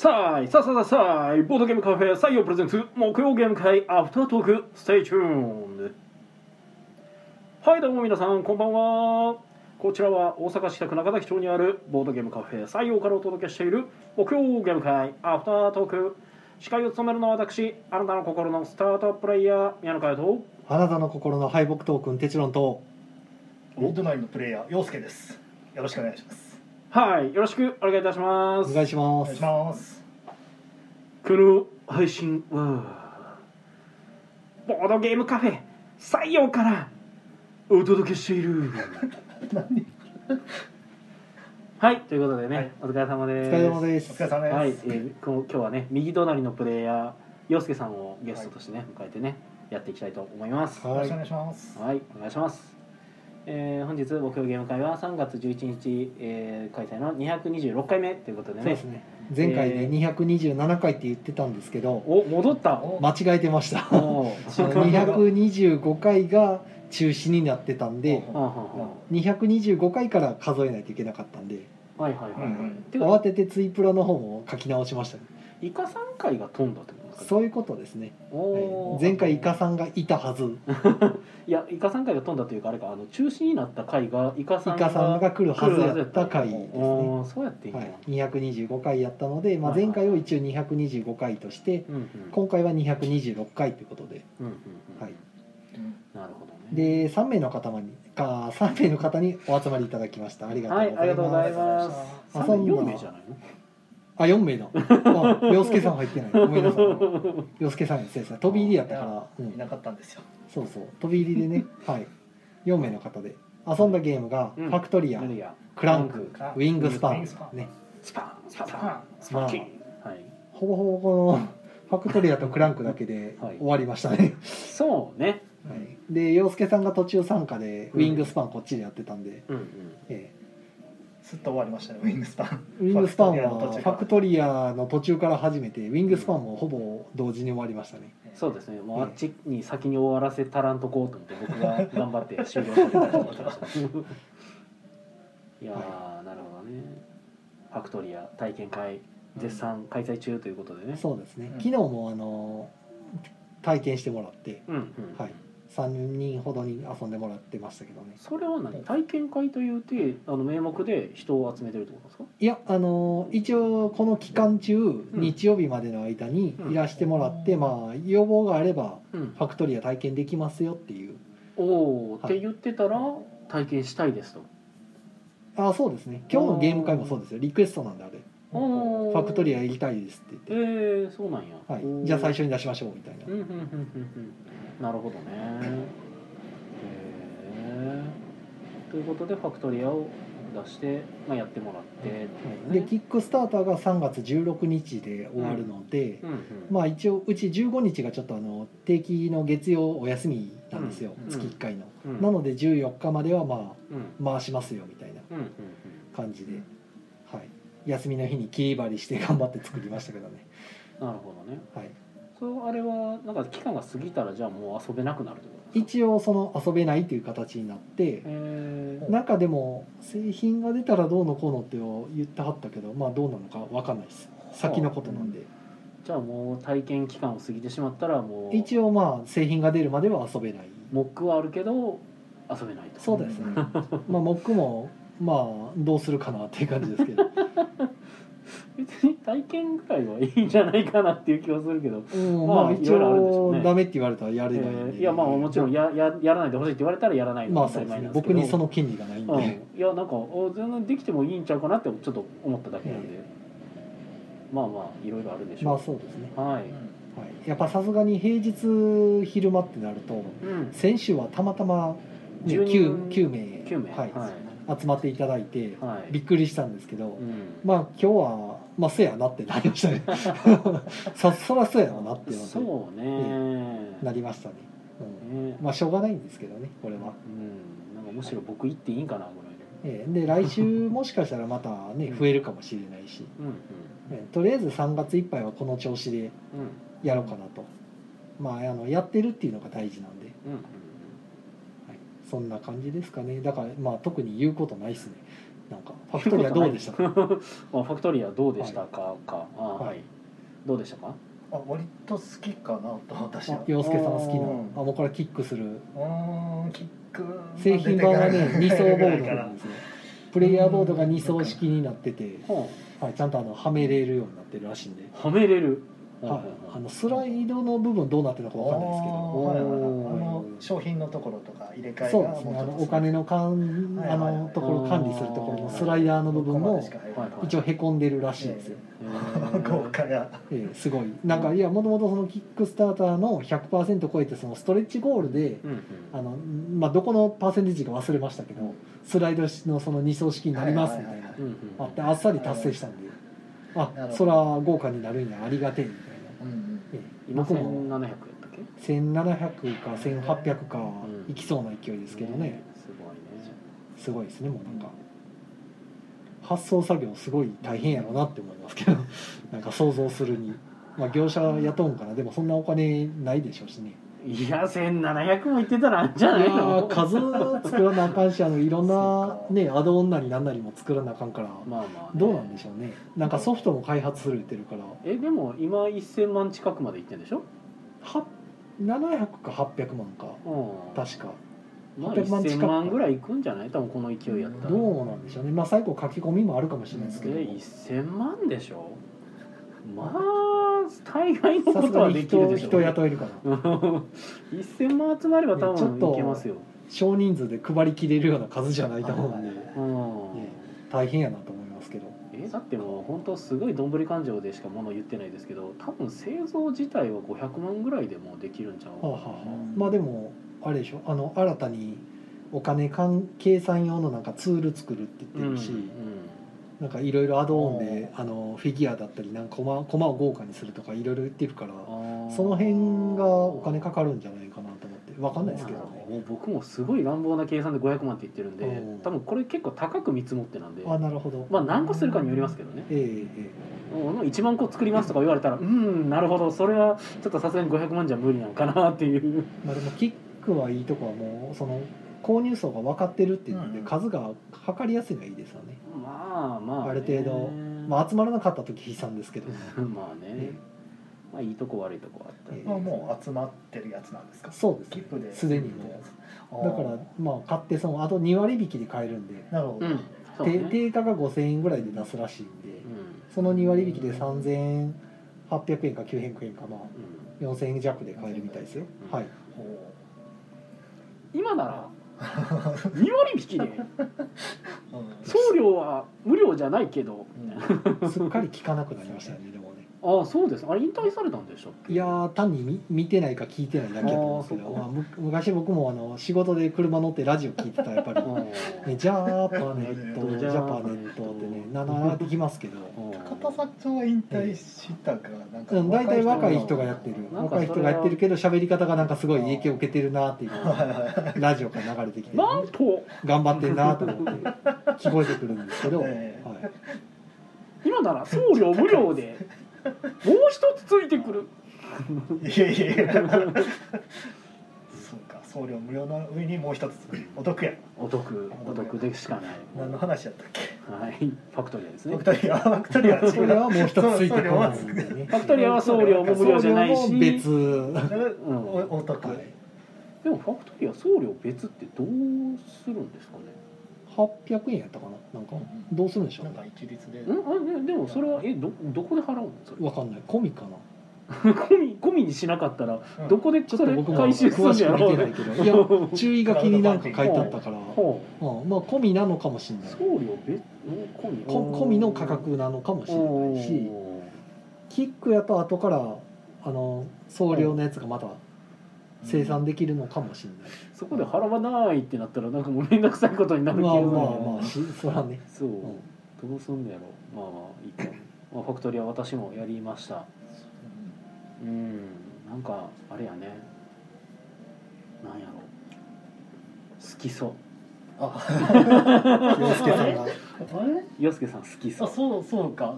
さあボードゲームカフェ採用プレゼンツ木曜ゲーム会アフタートークステイチューン。はいどうも皆さんこんばんは。こちらは大阪市北区中崎町にあるボードゲームカフェ採用からお届けしている木曜ゲーム会アフタートーク。司会を務めるのは私、あなたの心のスタートアッププレイヤー宮野佳代と、 あなたの心の敗北トークンテチロンと、 ミッドナイトのプレイヤー陽介です。よろしくお願いします。 はいよろしくお願いいたします。 お願いします。 お願いします。 この配信はボードゲームカフェ採用からお届けしているはいということでね、はい、お疲れ様です。 お疲れ様です。 お疲れ様です。 はい、今日はね右隣のプレイヤー陽介さんをゲストとしてね、迎えてねやっていきたいと思います。 よろしくお願いします。 はい、お願いします。本日木曜ゲーム会は3月11日、開催の226回目ということでね。 そうですね。前回で227回って言ってたんですけど、 お戻った間違えてました。225回が中止になってたんで、225回から数えないといけなかったんで、 はいはいはい、 慌ててツイプラの方も書き直しましたね。 イカ3回が飛んだってことですか。 そういうことですね。前回イカさんがいたはず。 いやイカ3回が飛んだというかあれか中止になった回がイカさんが来るはずやった回ですね。 そうやっていいんや、 225回やったので、前回を一応225回として、今回は226回ということで、はい。 なるほどね。 で3名の方にお集まりいただきました。ありがとうございます。 はい、ありがとうございます。4名じゃないの ？4名だ。陽介さん入ってない。ごめんなさい。陽介さんですね。飛び入りやったから、 いなかったんですよ。 そう飛び入りでね、はい。4名の方で遊んだゲームがファクトリア、クランク、ウィングスパンね。 スパキン。はい。 ほぼほぼこのファクトリアとクランクだけで終わりましたね。 そうね。 はい。で陽介さんが途中参加でウィングスパンこっちでやってたんで。 すっと終わりましたね。ウィングスパンはファクトリアの途中から始めてウィングスパンもほぼ同時に終わりましたね。 そうですね。もうあっちに先に終わらせたらんとこうと思って僕が頑張って終了させたりと思ってました。いやー、なるほどね。ファクトリア体験会絶賛開催中ということでね。 そうですね。昨日も体験してもらって、はい。3人ほどに遊んでもらってましたけどね。 それは何？体験会というて名目で人を集めてるってことですか？ いや一応この期間中、日曜日までの間にいらしてもらって、要望があれば、ファクトリア体験できますよっていう。 って言ってたら体験したいですと。 そうですね。今日のゲーム会もそうですよ。リクエストなんであれ。ファクトリアやりたいですって言って。そうなんや。 はい。じゃあ最初に出しましょうみたいな。 なるほどね。ということでファクトリアを出して、やってもらって、 でキックスターターが3月16日で終わるので、一応うち15日がちょっと定期の月曜お休みなんですよ、月1回の、なので14日までは回しますよみたいな感じで、はい、休みの日に切り張りして頑張って作りましたけどね。 なるほどね。 はい。 あれはなんか期間が過ぎたらじゃあもう遊べなくなるってことですか？ 一応その遊べないという形になって、なんかでも製品が出たらどうのこうのって言ってはったけど、どうなのか分かんないです。先のことなんで。 じゃあもう体験期間を過ぎてしまったらもう一応製品が出るまでは遊べない。 モックはあるけど遊べないと。 そうですね。モックもどうするかなっていう感じですけど。 別に体験ぐらいはいいんじゃないかなっていう気はするけど、 一応ダメって言われたらやれないんで、 いやもちろんやらないでほしいって言われたらやらないのが当たり前なんですけど、 僕にその権利がないんで、 いやなんか全然できてもいいんちゃうかなってちょっと思っただけなんで、いろいろあるでしょう。 そうですね。 はい。 やっぱさすがに平日昼間ってなると、先週はたまたま9名集まっていただいてびっくりしたんですけど、今日はそうやなってなりましたね。そらそうやなってそうねなりましたね。しょうがないんですけどねこれは。 なんかむしろ僕行っていいんかなぐらいで。来週もしかしたらまたね増えるかもしれないし、とりあえず3月いっぱいはこの調子でやろうかなと。やってるっていうのが大事なんで。そんな感じですかね。だから特に言うことないですね。なんかファクトリアどうでしたか？ ファクトリアどうでしたかか。 はい。どうでしたか？ 割と好きかなと私は。 洋介さん好きな。もうこれキックする。 キック。 製品版はね2層ボードなんですよ。プレイヤーボードが2層式になってて、はい、ちゃんとはめれるようになってるらしいんで。 はめれる。 はい、スライドの部分どうなってるのかわかんないですけど、 商品のところとか入れ替えがそうですね、お金のところ管理するところのスライダーの部分も一応へこんでるらしいですよ。 豪華や、 すごいなんかいやもともとそのキックスターターの 100% 超えてそのストレッチゴールで、まあどこのパーセンテージか忘れましたけど、スライドのその2層式になりますみたいなあってあっさり達成したんで、そら豪華になるんやありがてえみたいな。 今1700やったっけ ？1700か1800かいきそうな勢いですけどね。すごいですね。もうなんか発送作業すごい大変やろうなって思いますけどなんか想像するに、まあ業者雇うんかな。でもそんなお金ないでしょうしね。 いや1700も言ってたらあんじゃないの？ いや数作らなあかんしいろんなねアドオンなりなんなりも作らなあかんから、どうなんでしょうね。なんかソフトも開発する言ってるから。 でも今1000万近くまでいってんでしょ ？700か800万か、確か 1000万ぐらいいくんじゃない？多分この勢いやったら。 どうなんでしょうね。まあ最後書き込みもあるかもしれないですけど、 1000万でしょ。まあ大概のことはできるでしょ。 人雇えるから 1000万集まれば多分いけますよ。 少人数で配りきれるような数じゃないと思うんで、大変やなと思いますけど。 だってもう本当すごいどんぶり勘定でしか物言ってないですけど、多分製造自体は500万ぐらいでもできるんちゃう？ まあでもあれでしょ、新たにお金計算用のなんかツール作るって言ってるし、なんかいろいろアドオンでフィギュアだったりなんかコマを豪華にするとかいろいろ言ってるから、その辺がお金かかるんじゃないかなと思って分かんないですけどね。 もう僕もすごい乱暴な計算で500万って言ってるんで、多分これ結構高く見積もってなんで。 なるほど。 まあ何個するかによりますけどね。1万個作りますとか言われたらなるほど、それはちょっとさすがに500万じゃ無理なのかなっていう。 まあでもキックはいいとこはもうその購入層が分かってるっていうので数が測りやすいのがいいですよね。ある程度、集まらなかった時悲惨ですけどまあね、いいとこ悪いとこあったり、 もう集まってるやつなんですか？ そうです、キップですでにもうだから買ってあと2割引きで買えるんで、 なるほど、 定価が5000円ぐらいで出すらしいんで、その2割引きで3800円か900円か4000円弱で買えるみたいですよ。はい。 今なら2割引きで送料は無料じゃないけど、 すっかり聞かなくなりましたよね。でもね、 そうです。あれ引退されたんでしょ？ いや単に見てないか聞いてないだけだと思うんですけど、昔僕も仕事で車乗ってラジオ聞いてたらやっぱりジャパネットジャパネットってね7ってきますけど、 高田社長は引退したかなんか大体若い人がやってるけど喋り方がなんかすごい影響を受けてるなっていうのがラジオから流れてきて、 なんと頑張ってんなと思って聞こえてくるんですけど、 今なら送料無料でもう一つついてくる。 いやそうか、送料無料の上にもう一つお得や。 お得でしかない。 何の話やったっけ？ はい、ファクトリアですね。 ファクトリアはもう一つついてこないんでね。 ファクトリアは送料も無料じゃないし別、 お得。 でもファクトリア送料別ってどうするんですかね ？800円やったかな、なんかどうするんでしょう、 なんか一律で。 でもそれはどこで払うの？それわかんない。込みかな。 込みにしなかったらどこでそれ回収するんやろ？ 詳しく見てないけど、いや注意書きになんか書いてあったから、まあ込みなのかもしれない。 送料別込みの価格なのかもしれないし、キックやと後から送料のやつがまた生産できるのかもしれない。 そこで払わないってなったらなんかもうめんどくさいことになるけど、 そらね。 そう、どうすんのやろ。まあいいか。ファクトリア私もやりました。なんかあれやね。なんやろ。好きそう。 洋介さんが。 洋介さん好きそう。 そうか。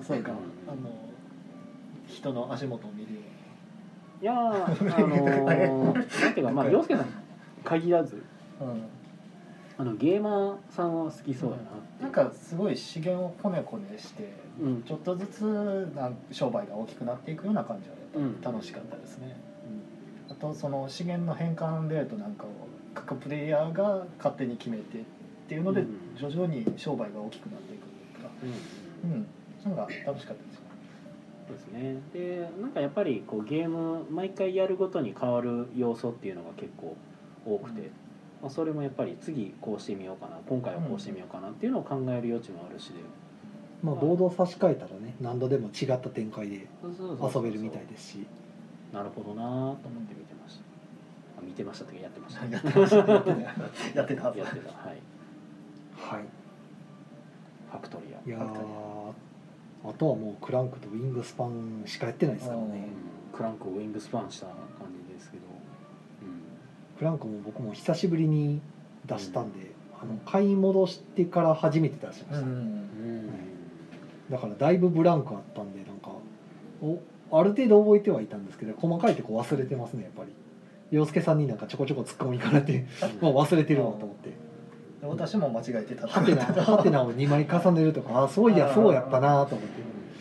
人の足元を見るような。 いやなんていうか洋介さん限らず、 ゲーマーさんは好きそうやな、 なんかすごい資源をこねこねして、 うんちょっとずつ商売が大きくなっていくような感じはやっぱり楽しかったですね、あとその資源の変換レートなんかを各プレイヤーが勝手に決めてっていうので徐々に商売が大きくなっていくというか、そういうのが楽しかったですよ。 そうですね。でなんかやっぱりこうゲーム毎回やるごとに変わる要素っていうのが結構多くて、まあ、それもやっぱり次こうしてみようかな、今回はこうしてみようかなっていうのを考える余地もあるしで、 まあボードを差し替えたらね何度でも違った展開で遊べるみたいですし、 なるほどなと思って見てました。見てましたというかやってました。 やってましたやってたはず。 やってた、はいはい。 ファクトリア。 いやあとはもうクランクとウィングスパンしかやってないですからね。 クランクをウィングスパンした感じですけど、 クランクも僕も久しぶりに出したんで、買い戻してから初めて出しました、だからだいぶブランクあったんで、なんかある程度覚えてはいたんですけど、細かいとこ忘れてますね。やっぱり洋介さんになんかちょこちょこ突っ込みからってもう忘れてるわと思って、 私も間違えてた。 ハテナを2枚重ねるとか、そういやそうやったなと思って、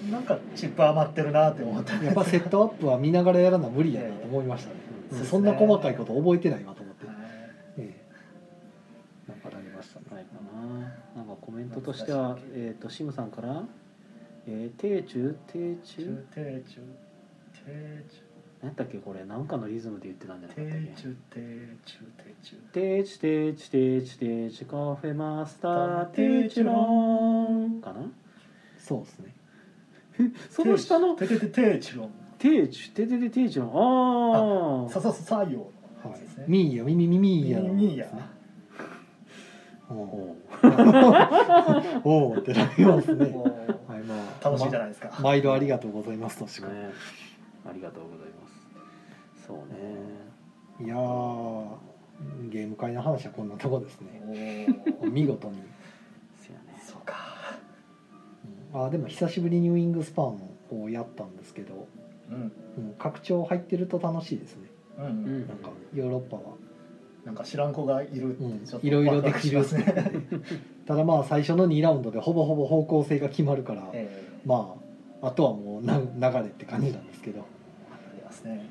なんかチップ余ってるなって思って、 やっぱセットアップは見ながらやらな無理やなと思いましたね、そんな細かいこと覚えてないわと思って、なんかなりましたね。 ないかな。なんかコメントとしては、シムさんから低中何だっけこれ、なんかのリズムで言ってたんじゃなかったっけ。低中カフェマスター低中ロンかな。 そうですね。 その下の低中ロン、 低中ロン、ああさよミーヤミーヤミーヤおおってなりますね。はい、まあ楽しいじゃないですか。 毎度ありがとうございますとしか、 ね、ありがとうございます。そうね。 いやゲーム会の話はこんなとこですね。見事に。 そうか。 でも久しぶりにウィングスパンをやったんですけど、拡張入ってると楽しいですね。なんかヨーロッパはなんか知らん子がいるっていろいろできるですね。ただまあ最初の2ラウンドでほぼほぼ方向性が決まるから、まああとはもう流れって感じなんですけど。 ありますね。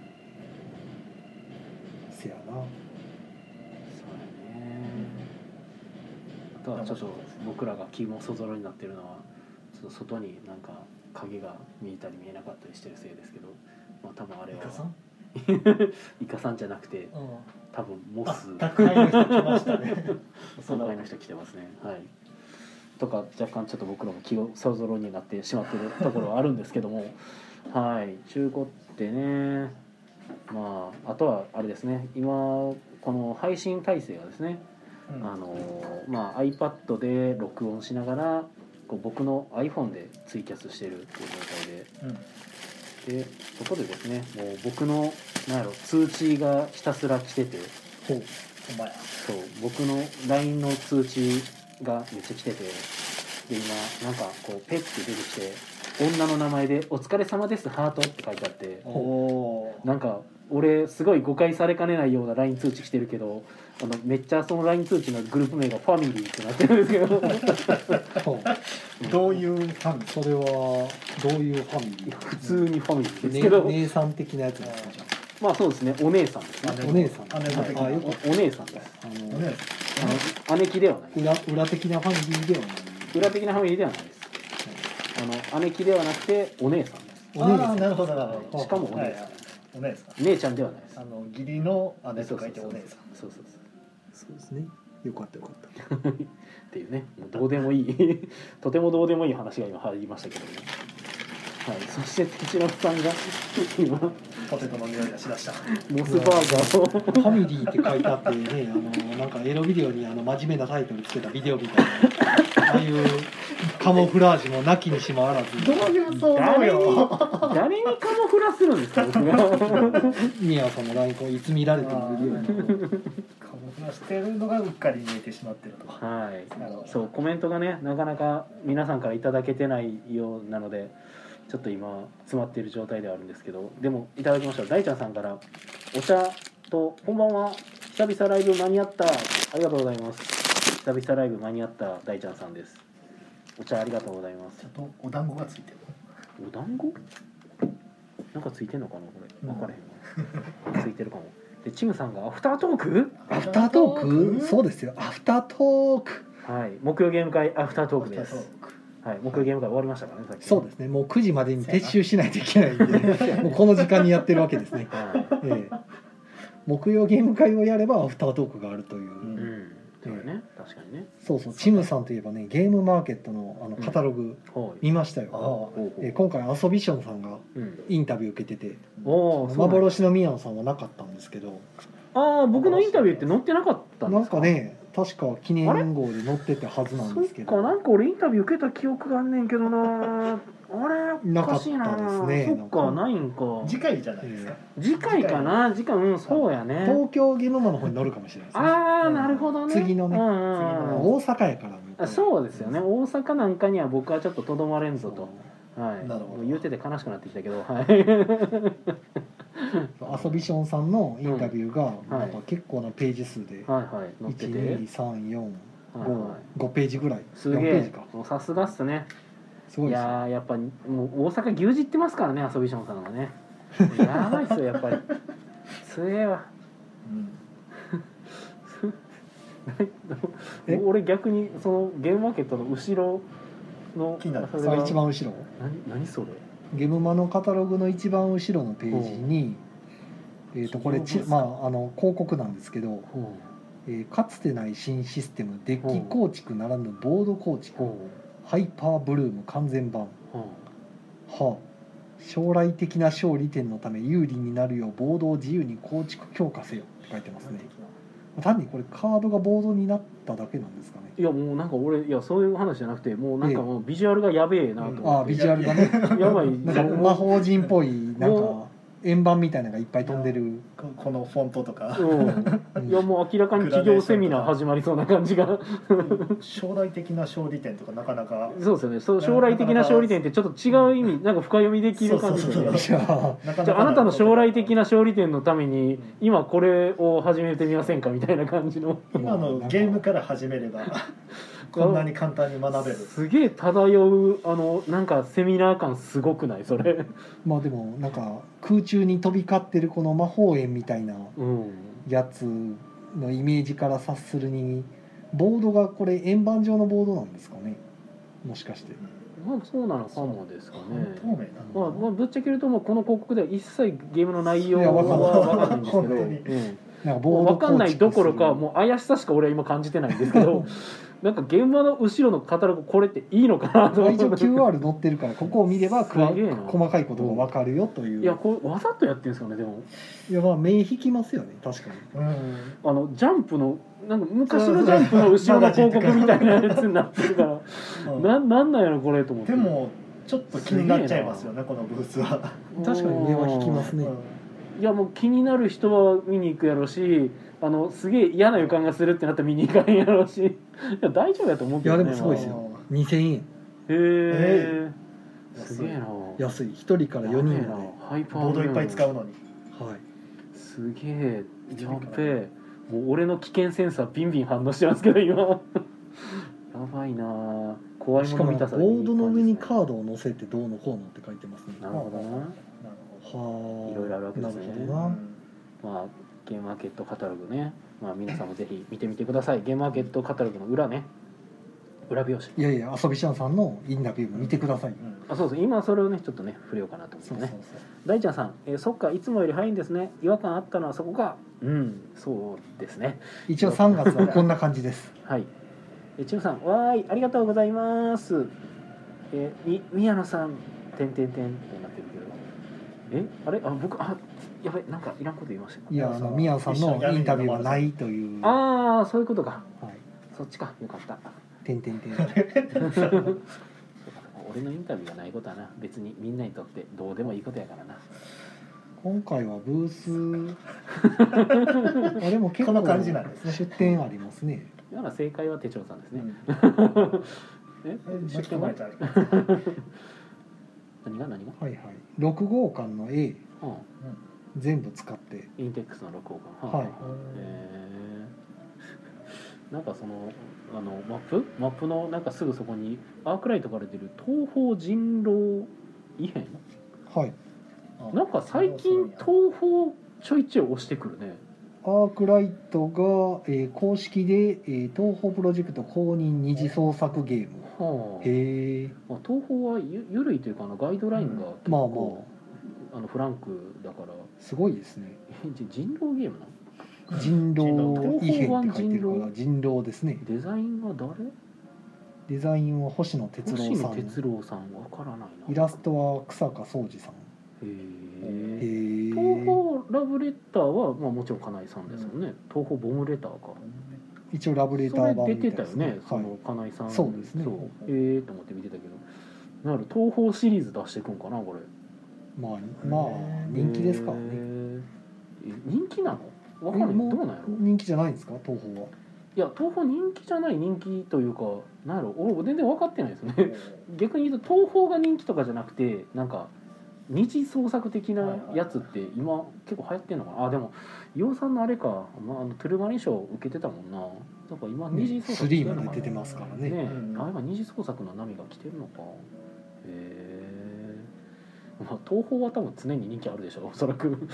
せやな。 そうやね。あとはちょっと僕らが気もそぞろになってるのは、ちょっと外になんか影が見えたり見えなかったりしてるせいですけど、まあ多分あれはイカさんじゃなくて、多分モス。 宅配の人来ましたね。 宅配の人来てますね。はい。とか若干ちょっと僕らも気をそぞろになってしまってるところはあるんですけども、はい。中古ってね、まああとはあれですね。今この配信体制がですね、まあ iPad で録音しながらこう僕の iPhone でツイキャスしてるっていう状態で。でそこでですね、もう僕の通知がひたすら来てて、そう僕の LINE の通知がめっちゃ来てて、で今なんかこうペッて出てきて、女の名前でお疲れ様ですハートって書いてあって、なんか俺すごい誤解されかねないような LINE 通知来てるけど、めっちゃその LINE 通知のグループ名がファミリーってなってるんですけどどういうファミリー？ それはどういうファミリー？ 普通にファミリーですけど、 姉さん的なやつですか？ まあそうですね、お姉さんですね。 お姉さん。 お姉さんです。姉貴ではない。 裏的なファミリーではない。 裏的なファミリーではないです。姉貴ではなくてお姉さんです。 なるほどなるほど。 しかもお姉さん。 お姉さん。 姉ちゃんではないです。 義理の姉と書いてお姉さん。 そうですね。よかったよかった。 っていうね、どうでもいいとてもどうでもいい話が今入りましたけどね。はい、そして手代さんが今ポテトの匂いがしだした。 モスバーガーをファミリーって書いてあってね、なんかエロビデオに真面目なタイトルつけたビデオみたいな、ああいうカモフラージュもなきにしもあらず。 どういう想像よ。 誰にカモフラするんですか僕が。 宮さんの LINE こういつ見られてるビデオにカモフラしてるのがうっかり見えてしまってると。 はい。そうコメントがねなかなか皆さんからいただけてないようなので。ちょっと今詰まっている状態ではあるんですけど、でもいただきました。大ちゃんさんからお茶とこんばんは久々ライブ間に合ったありがとうございます。 久々ライブ間に合った大ちゃんさんです。お茶ありがとうございます。 ちょっとお団子がついてる。 お団子なんかついてんのかなこれ分からへんわついてるかも。でチムさんがアフタートークアフタートークそうですよ、アフタートーク。 はい、木曜ゲーム会アフタートークです。はい、木曜ゲーム会終わりましたからねさっき。 そうですね、もう9時までに撤収しないといけないんでもうこの時間にやってるわけですね、木曜ゲーム会をやればアフタートークがあるという、 そうね、確かにね。 そうそう、チムさんといえばね、ゲームマーケットのカタログ見ましたよ。今回アソビションさんがインタビュー受けてて、幻のミヤンさんはなかったんですけど、 ああ、僕のインタビューって載ってなかったんですか。 なんかね、確か記念号で載ってたはずなんですけど、 そっか、なんか俺インタビュー受けた記憶があんねんけどな。あれおかしいな。 なかったですね。 そっか、ないんか。 次回じゃないですか。 次回かな、次回、そうやね。 東京ゲームマの方に乗るかもしれないですね。 ああ、なるほどね。 次のね、大阪やから。 そうですよね。大阪なんかには僕はちょっととどまれんぞと。はい。 なるほど。 言うてて悲しくなってきたけど、はい。 アソビションさんのインタビューがなんか結構なページ数で、1,2,3,4,5ページぐらい。 すげえ。もうさすがっすね。 すごいですね。 いややっぱもう大阪牛耳ってますからね、アソビションさんはね。やばいっすよやっぱり。すげえわ。俺逆にそのゲームマーケットの後ろの一番後ろ。 何それ？ ゲームマのカタログの一番後ろのページに、これ広告なんですけど、かつてない新システムデッキ構築ならぬボード構築、ハイパーブルーム完全版、将来的な勝利点のため有利になるようボードを自由に構築強化せよって書いてますね。単にこれカードがボードになっただけなんですかね。 いやもうなんか俺そういう話じゃなくて、もうなんかもうビジュアルがやべえなと思って。 ビジュアルがねやばい。 なんか魔法陣っぽいなんか円盤みたいなのがいっぱい飛んでる、 このフォントとか、 いやもう明らかに企業セミナー始まりそうな感じが。 将来的な勝利点とかなかなか。 そうですよね。そう、将来的な勝利点ってちょっと違う意味、なんか深読みできる感じで。じゃああなたの将来的な勝利点のために今これを始めてみませんかみたいな感じの。 今のゲームから始めればこんなに簡単に学べる。 すげえ漂うなんかセミナー感すごくないそれ。 まあでもなんか空中に飛び交ってるこの魔法円みたいなやつのイメージから察するに、ボードがこれ円盤状のボードなんですかね、もしかして。 まあそうなのかもですかね。 透明なの。 まあぶっちゃけるともうこの広告では一切ゲームの内容は分かんないんですけど、 なんかボード分かんないどころかもう怪しさしか俺は今感じてないんですけど。なんか現場の後ろのカタログこれっていいのかなと思って。 一応 QR 載ってるからここを見れば細かいことが分かるよという。 いやこれわざとやってるんですかね。でもいやまあ目引きますよね確かに。 ジャンプのなんか昔のジャンプの後ろの広告みたいなやつになってるから、なんなんやろこれと思って。 でもちょっと気になっちゃいますよねこのブースは。 確かに目は引きますね。 いやもう気になる人は見に行くやろうし、すげえ嫌な予感がするってなったら見に行かんやろうし、いや大丈夫やと思うけどね。 いやでもすごいですよ。2000円。 へえ。すげえな。 安い。1人から4人まで。 ハイパーボードいっぱい使うのに。 はい。 すげえ。やっべえ。もう俺の危険センサービンビン反応してますけど今。やばいな。怖いもの見たさ。 ボードの上にカードを載せてどうのこうのって書いてますね。 なるほどな。いろいろあるわけですね。まあゲームマーケットカタログね、まあ皆さんもぜひ見てみてください。ゲームマーケットカタログの裏ね、裏表紙。 いやいや、遊びしゃんさんのインタビューも見てください。 そうです。今それをねちょっとね触れようかなと思ってね。大ちゃんさん、そっかいつもより早いんですね。違和感あったのはそこか。そうですね。 一応3月はこんな感じです。 はい。ちむさん、わーいありがとうございます。宮野さんてんてんてんってなってるけど。あれ僕やばいなんかいらんこと言いました。 いや宮野さんのインタビューはないという。 ああそういうことか。 はい。 そっちかよかった。 てんてんてん。 俺のインタビューがないことはな別にみんなにとってどうでもいいことやからな。 今回はブースでも結構この感じなんですね。 出店ありますね。 だから正解は手帳さんですね。 出店前とあります。 何がはいはい6号館の A、全部使ってインテックスの6号館。 はい。 なんかそのマップのなんかすぐそこにアークライトから出る東方人狼異変、 はいなんか最近東方ちょいちょい押してくるね。 アークライトが、公式で、東宝プロジェクト公認二次創作ゲーム。 はあ、 へえ。 まあ、東宝はゆるいというかガイドラインが結構、フランクだからすごいですね。 人狼ゲームなの？ 人狼異変って書いてるから人狼ですね。 デザインは誰？ デザインは星野哲郎さん。 星野哲郎さんわからないな。 イラストは草加宗司さん。 へえ。 東宝ラブレターは、まあ、もちろん金井さんですもんね。東宝ボムレターか。 一応ラブレター版みたいですね。出てたよね。 はい、 その金井さん。 そうですね。 そう。と思って見てたけど。なる東宝シリーズ出していくんかなこれ。 まあ人気ですからね。 人気なの？わかんない。どうなんやろ？ 人気じゃないんですか東宝は？ いや東宝人気じゃない人気というかなんやろ俺全然分かってないですね。逆に言うと東宝が人気とかじゃなくてなんか。二次創作的なやつって今結構流行ってんのかな。あでも洋さんのあれか、まあ、トゥルマリン賞受けてたもんな。なんか今二次創作 3まで出てますからね。 あ今二次創作の波が来てるのか。まあ、東宝は多分常に人気あるでしょおそらく。なんか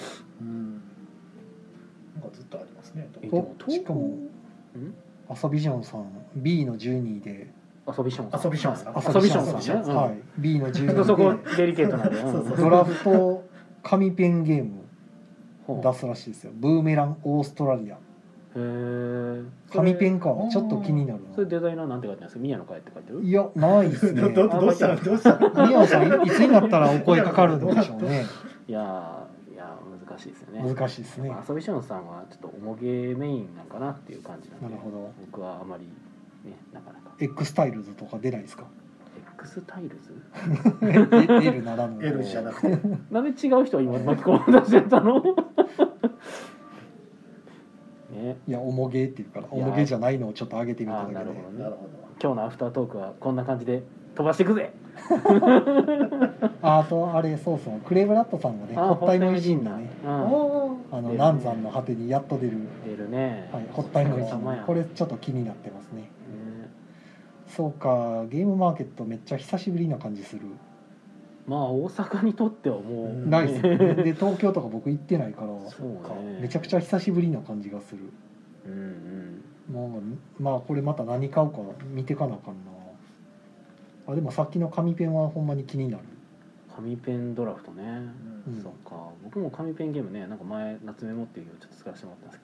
ずっとありますね。 しかもアサビジョンさん B の12位で。 遊びションさんね、はい、B の12 そこデリケートなんでドラフト紙ペンゲーム出すらしいですよ。ブーメランオーストラリア。紙ペンかちょっと気になるな。 それデザイナーなんて書いてます？宮野会って書いてる？ いやないですね。 どうした宮野さんいつになったらお声かかるんでしょうね。 いや難しいですよね。 難しいですね。 アソビションさんはちょっと重げメインなんかなっていう感じなんで。 なるほど。 僕はあまりねなかなか。 X タイルズとか出ないですか？ X タイルズ ？L ならぬ L じゃなくてなんで違う人は今巻き込まれてたの？ね、 いや重げっていうから重げじゃないのをちょっと上げてみただけで。 なるほどね。今日のアフタートークはこんな感じで飛ばしていくぜ。 あとあれそうクレイブラッドさんがねホッタイの偉人のね南山の果てにやっと出るね、 はい、ホッタイの偉人これちょっと気になってますね。そうかゲームマーケットめっちゃ久しぶりな感じする。 まあ大阪にとってはもう、 ないですね。で東京とか僕行ってないからめちゃくちゃ久しぶりな感じがする。まあこれまた何買うか見てかなあかんな。あでもさっきの紙ペンはほんまに気になる。 紙ペンドラフトね、そうか僕も紙ペンゲームねなんか前夏メモっていうのをちょっと使わせてもらったん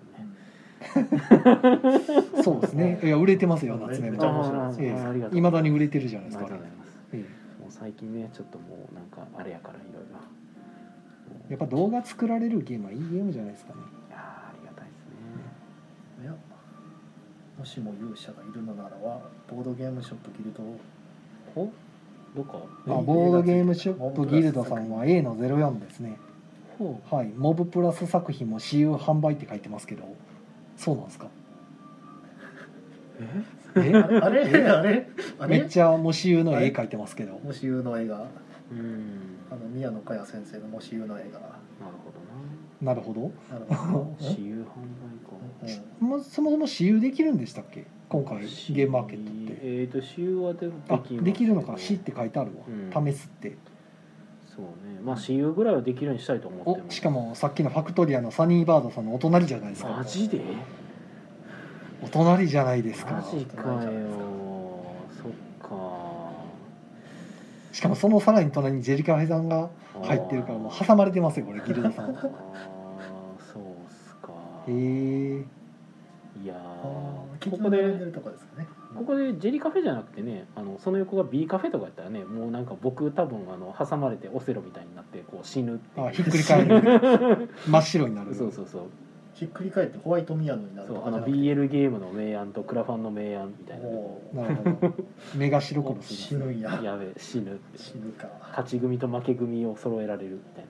ですけどね、 そうですね。いや売れてますよ夏メモ。いまだに売れてるじゃないですか。 もう最近ねちょっともうなんかあれやからいろいろやっぱ動画作られるゲームはいいゲームじゃないですかね。 いやありがたいですね。 いやもしも勇者がいるのならはボードゲームショップギルドどっかボードゲームショップギルドさんは A の04ですね。はい、モブプラス作品も私有販売って書いてますけどそうなんですか？ あれめっちゃ模試有の絵描いてますけど。 模試有の絵が宮野佳代先生の模試有の絵が。 なるほど。 私有販売か。 そもそも私有できるんでしたっけ今回ゲームマーケットって。 私有はできるのか。しって書いてあるわ。試すって。 そうね。まあ私有ぐらいはできるようにしたいと思ってます。 しかもさっきのファクトリアのサニーバードさんのお隣じゃないですか。 マジで？ お隣じゃないですか。 マジかよ。そっか。 しかもそのさらに隣にジェリカフェさんが入ってるからもう挟まれてますよこれギルドさん。 そうっすか。いやここでここでジェリカフェじゃなくてねその横が B カフェとかやったらねもうなんか僕多分挟まれてオセロみたいになってこう死ぬっていう。 ひっくり返る。真っ白になる。 そうひっくり返ってホワイト宮野になる。 BL ゲームの明暗とクラファンの明暗みたいな。 なるほど。目が白黒する。 死ぬんや。 やべ死ぬって。 死ぬか。 勝ち組と負け組を揃えられるみたい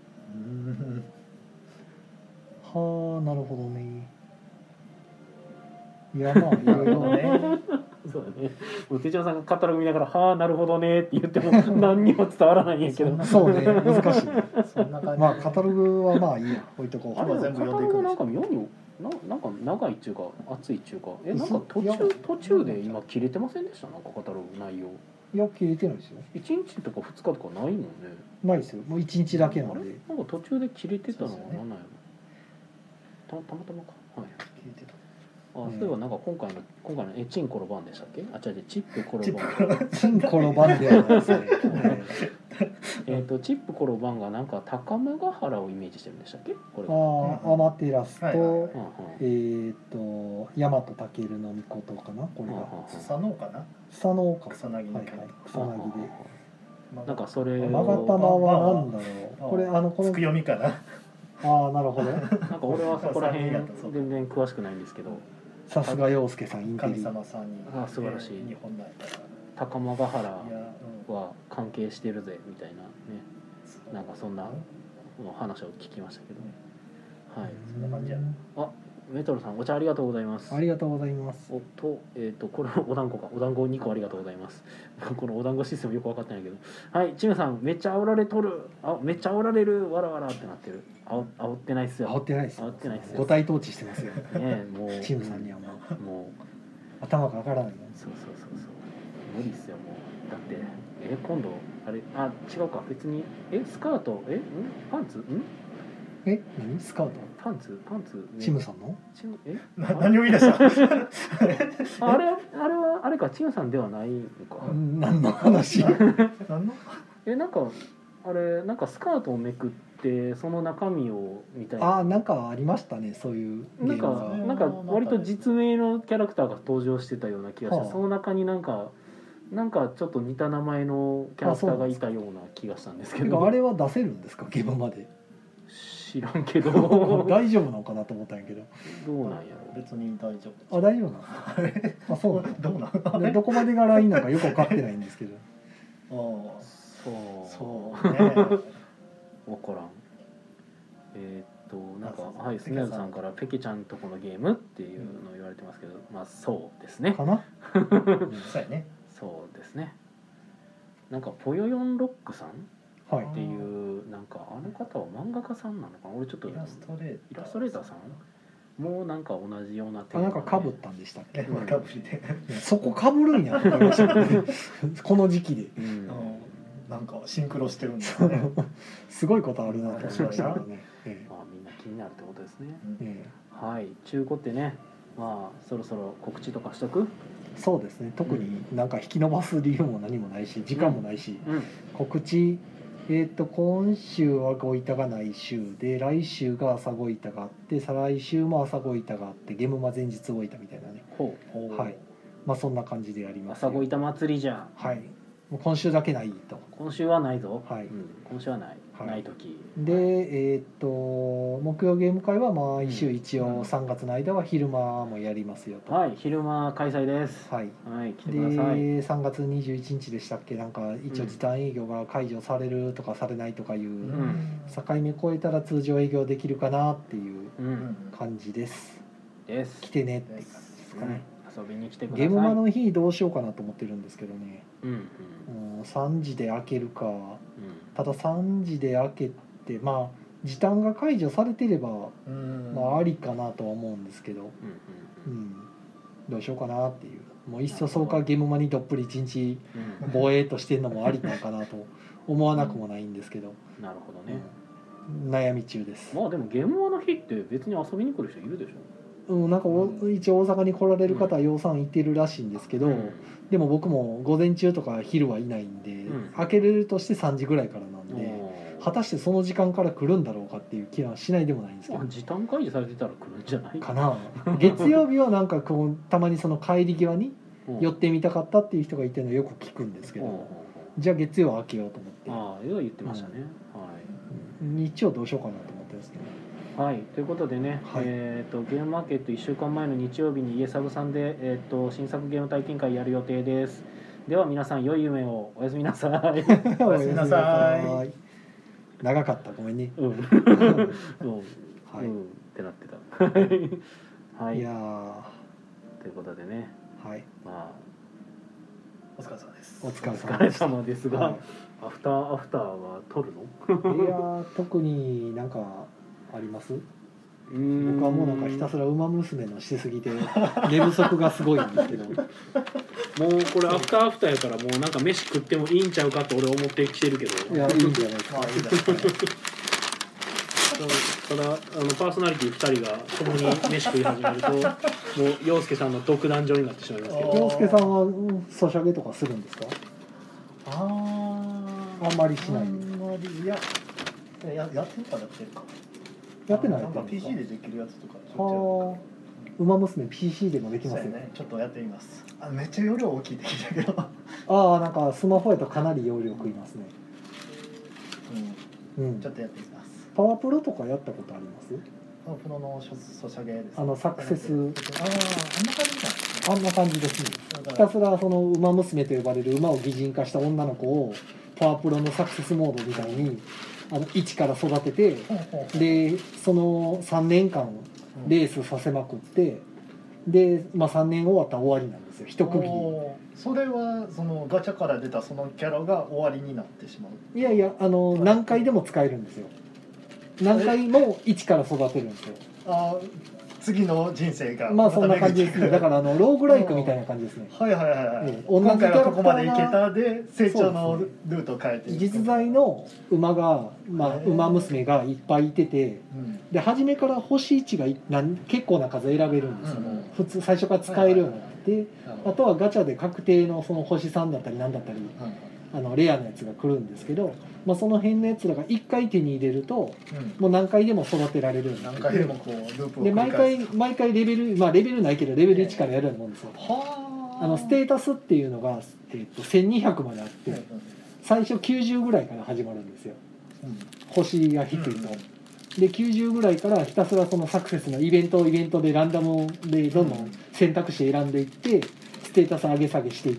な。はあなるほどね。いやまあいろいろね。 そうだね。手帳さんがカタログ見ながらはあなるほどねって言っても何にも伝わらないんやけど。 そうね難しい。 そんな感じ。 まあカタログはまあいいや置いとこう。 あれ全部読んでいく。なんか妙になんか長いっちゅうか熱いっちゅうかなんかいや途中で今切れてませんでした？なんかカタログ内容いや切れてないですよ。 1日とか2日とかないもんね。 ないですよ。もう1日だけなんで。 なんか途中で切れてたのはそうですよね何なんやろ。たまたまか。はい。 聞いてた。 そういえばなんか今回のチンコロバンでしたっけ？あ、違うチップコロバン。 チンコロバンではないですね。 チップコロバンがなんか高間ヶ原をイメージしてるんでしたっけ？これが。 アマテラスと、 はいはいはいうんうん大和健の御事かなこれが。 佐野かな。 草のか。 草薙のはいはい。草薙で。 なんかそれを勾玉はなんだろう。これこのつく読みかな。 ああなるほど。 なんか俺はそこら辺全然詳しくないんですけど、 さすが陽介さんインテ神リ。 様さんに。 素晴らしい日本のやったら。 高間ヶ原いや、 は関係してるぜみたいなね、 うん。 なんかそんな話を聞きましたけど、はい。 そんな感じやな。 あ、メトロさんお茶ありがとうございます。 ありがとうございます。 これお団子か。お団子2個ありがとうございます。このお団子システムよく分かってないけど、はい。チムさんめっちゃ煽られとる。めっちゃ煽られる。わらわらってなってる。煽ってないっすよ。 煽ってないです。 煽ってないっすよ。 五体統治してますよ。 ね、もうチムさんにはももうう頭が上がらないよ。 そう無理っすよもう。だって今度あれ違うか別にスカートパンツ何スカート？ パンツ、ね、 チムさんの？ 何を言い出した？ あれかチムさんではないのか。 何の話？ 何の？ なんかあれなんかスカートをめくってその中身をみたいな。 なんかありましたねそういうゲームが。 なんか割と実名のキャラクターが登場してたような気がして、その中になんかちょっと似た名前のキャラクターがいたような気がしたんですけど。 あれは出せるんですかゲームまで？ 知らんけど大丈夫なのかなと思ったんやけど。 どうなんやろ。 別に大丈夫。 大丈夫なんですか？そうなんどうなん？ どこまでがラインなんかよく分かってないんですけど。 そうね。 分からん。なんかはいスネルさんからペケちゃんとこのゲームっていうのを言われてますけど、まあそうですね。 かな？ そうやね。 そうですね。なんかポヨヨンロックさんはい。 っていうなんかあの方は漫画家さんなのかな。俺ちょっとイラストレーターさんもうなんか同じようなテーマでなんか被ったんでしたっけ？ かぶりで。 そこ被るんやって思いましたね。この時期で。 なんかシンクロしてるんですね。 すごいことあるなと思いましたけどね。 みんな気になるってことですね。はい。中古ってね、まあそろそろ告知とかしとく？ そうですね。特になんか引き延ばす理由も何もないし、時間もないし、告知今週はご板がない週で、来週が朝ご板があって、再来週も朝ご板があって、ゲームマ前日ご板みたいなね。はい。まあそんな感じでやります。 朝ご板祭りじゃん。 はい。もう今週だけないと。 今週はないぞ。 はい。 今週はない。ない時。 で木曜ゲーム会は毎週一応3月の間は昼間もやりますよと。 はい。昼間開催です。 はい。 来てください。 で3月21日でしたっけ？なんか一応時短営業が解除されるとかされないとかいう境目超えたら通常営業できるかなっていう感じです。来てねって感じですかね。 遊びに来てください。 ゲームマの日どうしようかなと思ってるんですけどね。3時で開けるか、ただ3時で開けてまあ時短が解除されてればまあありかなとは思うんですけど、どうしようかなっていう、もういっそそうかゲームマにどっぷり一日防衛としてんのもありなのかなと思わなくもないんですけど、 なるほどね、 悩み中です。 まあでもゲームマの日って別に遊びに来る人いるでしょ。 なんか一応大阪に来られる方は養蚕行ってるらしいんですけど、でも僕も午前中とか昼はいないんで、開けれるとして3時ぐらいからなんで、果たしてその時間から来るんだろうかっていう気はしないでもないんですけど、 時短解除されてたら来るんじゃないかな。月曜日はなんかこうたまにその帰り際に寄ってみたかったっていう人がいてるのをよく聞くんですけど、じゃあ月曜は開けようと思って、 言ってましたね。 日曜どうしようかなと思ってるんですけど。 はい、ということでね、ゲームマーケット1週間前の日曜日に家サブさんで、新作ゲーム体験会やる予定です。では皆さん良い夢を。おやすみなさい。 おやすみなさい。 長かった、ごめんね。 はい。ってなってた。はい。 いやということでね。 はい。 まあお疲れ様です。 お疲れ様ですが、アフターは撮るの？ いや特になんかあります？ 僕はもうなんかひたすら馬娘のしすぎて寝不足がすごいんですけどもうこれアフターやからもうなんか飯食ってもいいんちゃうかと俺思ってきてるけど、 いやいいんじゃないですか。 いいですね。 ただパーソナリティ2人が共に飯食い始めるともう陽介さんの独壇場になってしまいますけど。 陽介さんはソシャゲとかするんですか？あんまりしない。 あんまりやってるかやってるか。なんか PC でできるやつとかちょっとやる。 馬娘 PC でもできますよね。 ちょっとやってみます。めっちゃ容量大きいって聞いたけど。 なんかスマホやとかなり容量食いますね。 ちょっとやってみます。 パワープロとかやったことあります？ パワープロのソシャゲです。 サクセス。 あんな感じですね。ひたすらその馬娘と呼ばれる馬を擬人化した女の子をパワープロのサクセスモードみたいに一から育てて、でその3年間レースさせまくって、で、3年終わったら終わりなんですよ、一区切り。 それはそのガチャから出たそのキャラが終わりになってしまう？ いやいや、何回でも使えるんですよ。何回も一から育てるんですよ。 次の人生がそんな感じですね。だからローグライクみたいな感じですね。 はいはいはい。今回はここまでいけたで成長のルートを変えて、 実在の馬が、馬娘がいっぱいいてて、で初めから星1が結構な数選べるんですよ。普通最初から使えるようになって、あとはガチャで確定のその星3だったり何だったり、レアなやつが来るんですけど、その辺のやつらが1回手に入れると、もう何回でも育てられるようになって、 何回でもこうループをで毎回レベルないけどレベル1からやるようなもんですよ。ステータスっていうのが、1200まであって、最初90ぐらいから始まるんですよ、星が低いと。で90ぐらいからひたすらそのサクセスのイベントでランダムでどんどん選択肢選んでいって、ステータス上げ下げしていって、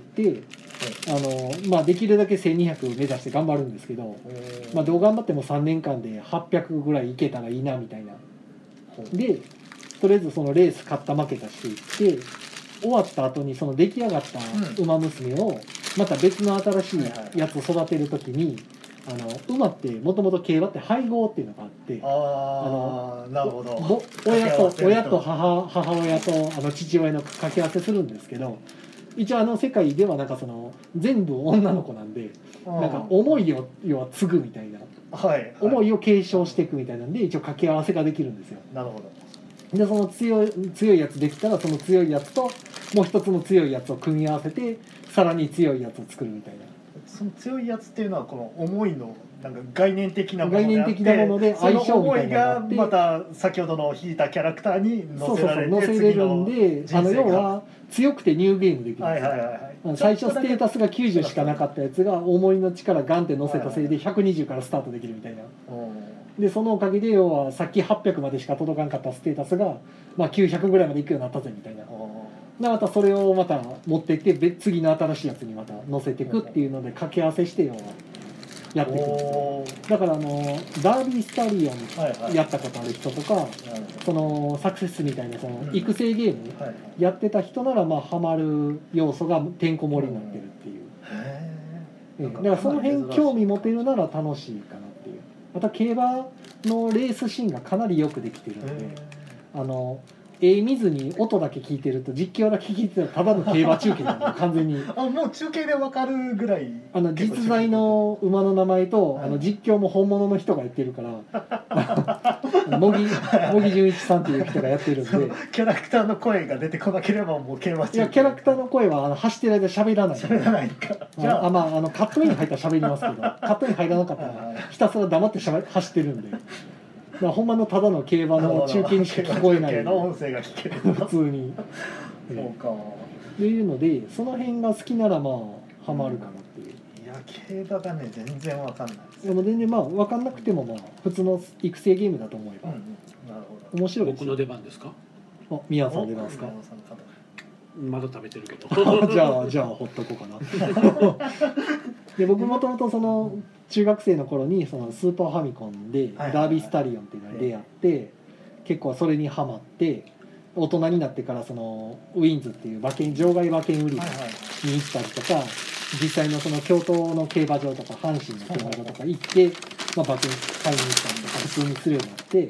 できるだけ1200目指して頑張るんですけど、どう頑張っても3年間で800ぐらいいけたらいいなみたいな。でとりあえずそのレース勝った負けたしていって、終わった後にその出来上がった馬娘をまた別の新しいやつを育てる時に、馬ってもともと競馬って配合っていうのがあって、 なるほど、 親と母親と父親の掛け合わせするんですけど、一応世界ではなんかその全部女の子なんで、なんか思いを要は継ぐみたいな、思いを継承していくみたいなんで一応掛け合わせができるんですよ。 なるほど。 でその強いやつできたら、その強いやつともう一つの強いやつを組み合わせてさらに強いやつを作るみたいな。 その強いやつっていうのはこの思いのなんか概念的なもので相性みたいなのがあって、 その思いがまた先ほどの引いたキャラクターに乗せられて、 乗せれるんで、要は強くてニューゲームできるんですよ。最初ステータスが90しかなかったやつが思いの力ガンって乗せたせいで120からスタートできるみたいな。でそのおかげで要はさっき800までしか届かんかったステータスが、900ぐらいまでいくようになったぜみたいな。またそれをまた持っていって次の新しいやつにまた乗せていくっていうので掛け合わせして要はやっていくんですよ。だからダービースタリオンやったことある人とか、そのサクセスみたいなその育成ゲームやってた人ならハマる要素がてんこ盛りになってるっていう。だからその辺興味持てるなら楽しいかなっていう。また競馬のレースシーンがかなりよくできてるので、見ずに音だけ聞いてると実況だけ聞いてたらただの競馬中継なんで完全にもう中継で分かるぐらい実在の馬の名前と実況も本物の人がやってるから茂木純一さんっていう人がやってるんでキャラクターの声が出てこなければもう競馬中継。 いやキャラクターの声は走ってる間喋らないかじゃあカットイン入ったら喋りますけどカットイン入らなかったらひたすら黙って走ってるんでほんまのただの競馬の中継にしか聞こえない音声が聞ける普通にそうかっていうのでその辺が好きならハマるかなっていう。 いや競馬がね全然わかんないです。 でも全然分かんなくても普通の育成ゲームだと思えば、なるほど面白いです。 僕の出番ですか？ 宮さん出番ですか？ まだ食べてるけどじゃあほっとこうかなで僕もともとその中学生の頃にそのスーパーファミコンでダービースタリオンっていうのに出会って結構それにハマって大人になってからそのウィンズっていう場外馬券売り場に行ったりとか実際のその京都の競馬場とか阪神の競馬場とか行って馬券買いに行ったりとか普通にするようになって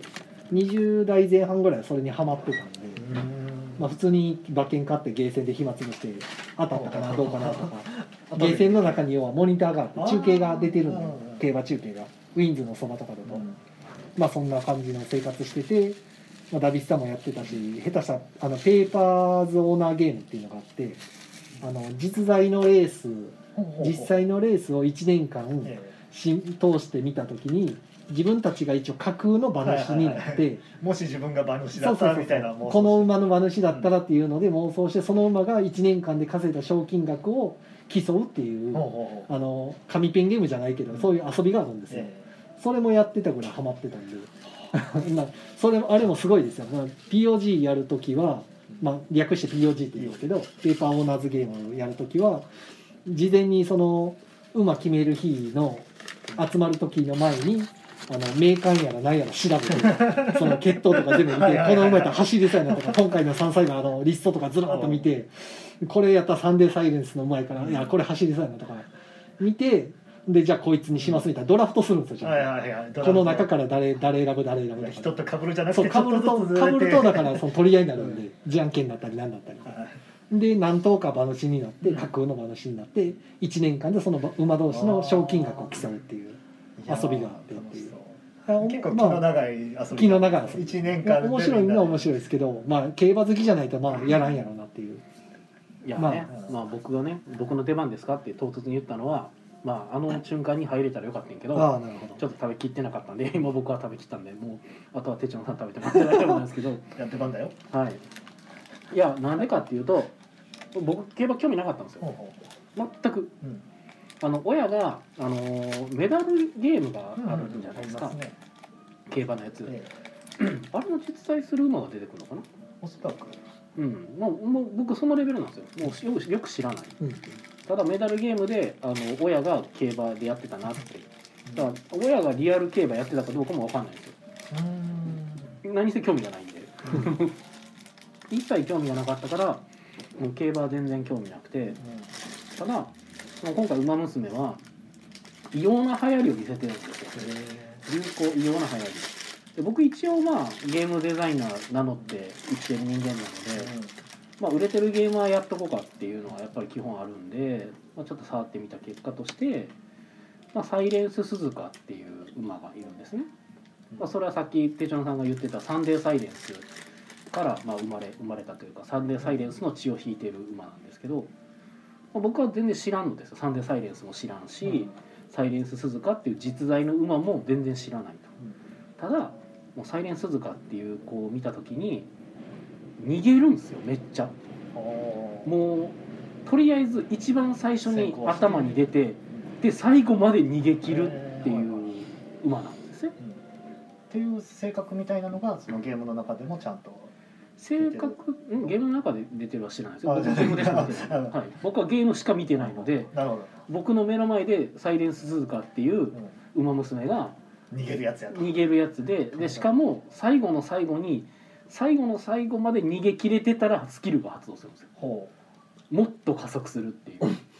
20代前半ぐらいはそれにハマってたんで、まあ、普通に馬券買ってゲーセンで暇つぶして当たったかなどうかなとかゲーセンの中にはモニターがあって中継が出てるんで競馬中継がウィンズのそばとかだと、まあそんな感じの生活してて、まあ、ダビスタもやってたし下手したらペーパーズオーナーゲームっていうのがあって実在のレース実際のレースを1年間通してみた時に自分たちが一応架空の馬主になって、 もし自分が馬主だったらみたいなこの馬の馬主だったらっていうので妄想してその馬が1年間で稼いだ賞金額を競うっていう紙ペンゲームじゃないけどそういう遊びがあるんですよ。それもやってたぐらいハマってたんでそれあれもすごいですよ。POG やるときは、まあ、略して POG って言うんですけどペーパーオーナーズゲームをやるときは事前にその馬決める日の集まる時の前に名鑑やら何やら調べてその血統とか全部見てこの馬やったら走りそうやなとか今回の3歳馬リストとかずらっと見てこれやったらサンデーサイレンスの馬やからいやこれ走りそうやなとか見てでじゃあこいつにしますみたいなドラフトするんですよ。この中から誰選ぶ人と被るじゃなくて被るとだからその取り合いになるんでじゃんけんだったり何だったりで何頭か馬主になって架空の馬主になって1年間でその馬同士の賞金額を競うっていう遊びがあってっていう。 結構気の長い遊び、 気の長い遊び 1年間面白いのは面白いですけど、まあ競馬好きじゃないとまあやらんやろうなっていう。 いやね、まあ僕がね僕の出番ですかって唐突に言ったのは、まあ瞬間に入れたらよかったんやけど、 なるほどちょっと食べきってなかったんで今僕は食べきったんでもうあとは手帳さん食べてもらって大丈夫なんですけどやってばんだよ。 はい。いやなんでかっていうと僕競馬興味なかったんですよ。全く。親がメダルゲームがあるんじゃないですか、競馬のやつ、あれも実在する馬が出てくるのかなおそらく、 もう僕そのレベルなんですよ。もうよく知らない、ただメダルゲームで親が競馬でやってたなって、だから親がリアル競馬やってたかどうかも分かんないんですよ。何せ興味がないんで一切興味がなかったからもう競馬は全然興味なくて、ただ今回馬娘は異様な流行りを見せてるんですよ。流行異様な流行りで僕一応まあゲームデザイナー名乗って生きてる人間なので、まあ、売れてるゲームはやっとこうかっていうのはやっぱり基本あるんで、まあ、ちょっと触ってみた結果として、まあ、サイレンス鈴鹿っていう馬がいるんですね。まあ、それはさっき手帳さんが言ってたサンデーサイレンスからまあ生まれたというかサンデーサイレンスの血を引いてる馬なんですけど、僕は全然知らんのですよ。サンデーサイレンスも知らんし、サイレンス鈴鹿っていう実在の馬も全然知らないと。ただもうサイレンス鈴鹿っていう子を見た時に逃げるんですよ。めっちゃもうとりあえず一番最初に頭に出てで最後まで逃げ切るっていう馬なんですよ。 っていう性格みたいなのがそのゲームの中でもちゃんと性格ゲームの中で出てるは知らないですよ。僕ゲームでしか見てない、はい、僕はゲームしか見てないので、僕の目の前でサイレンス鈴鹿っていう馬娘が逃げるやつでしかも最後の最後まで逃げ切れてたらスキルが発動するんですよ。もっと加速するっていう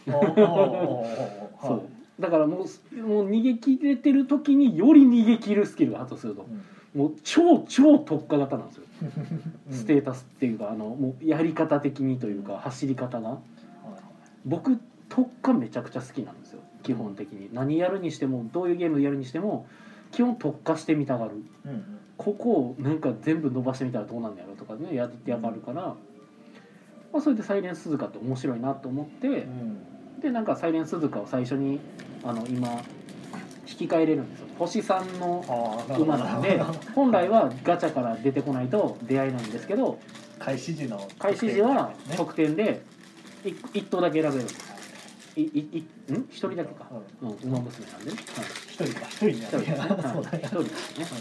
そうだからもう逃げ切れてる時により逃げ切るスキルが発動すると、もう超特化型なんですよステータスっていうかもうやり方的にというか走り方が僕特化めちゃくちゃ好きなんですよ。基本的に何やるにしてもどういうゲームやるにしても基本特化してみたがる、ここをなんか全部伸ばしてみたらどうなんだろうとかねやってやがるから、まあ、それでサイレンス鈴鹿って面白いなと思って、でなんかサイレンス鈴鹿を最初に今引き換えれるんですよ。星3の馬なんで本来はガチャから出てこないと出会えないんですけど、 開始時は特典で1頭だけ選べるんです。1人だけか、馬娘なんでね、 1人ですね、 1人ですね、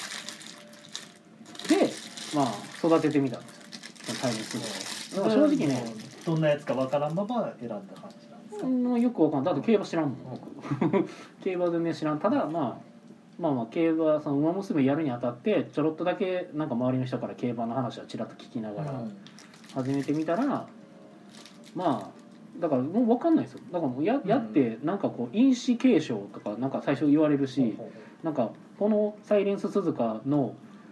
でまあ育ててみたんですよサイレンス鈴鹿。正直ねどんなやつかわからんまま選んだ感じなんですか。 よくわかんない。だって競馬知らんもん僕競馬全然知らん。ただまあ競馬その馬娘やるにあたってちょろっとだけなんか周りの人から競馬の話はちらっと聞きながら始めてみたら、まあだからもう分かんないですよ。だからもうやってなんかこう因子継承とかなんか最初言われるし、なんかこのサイレンス鈴鹿の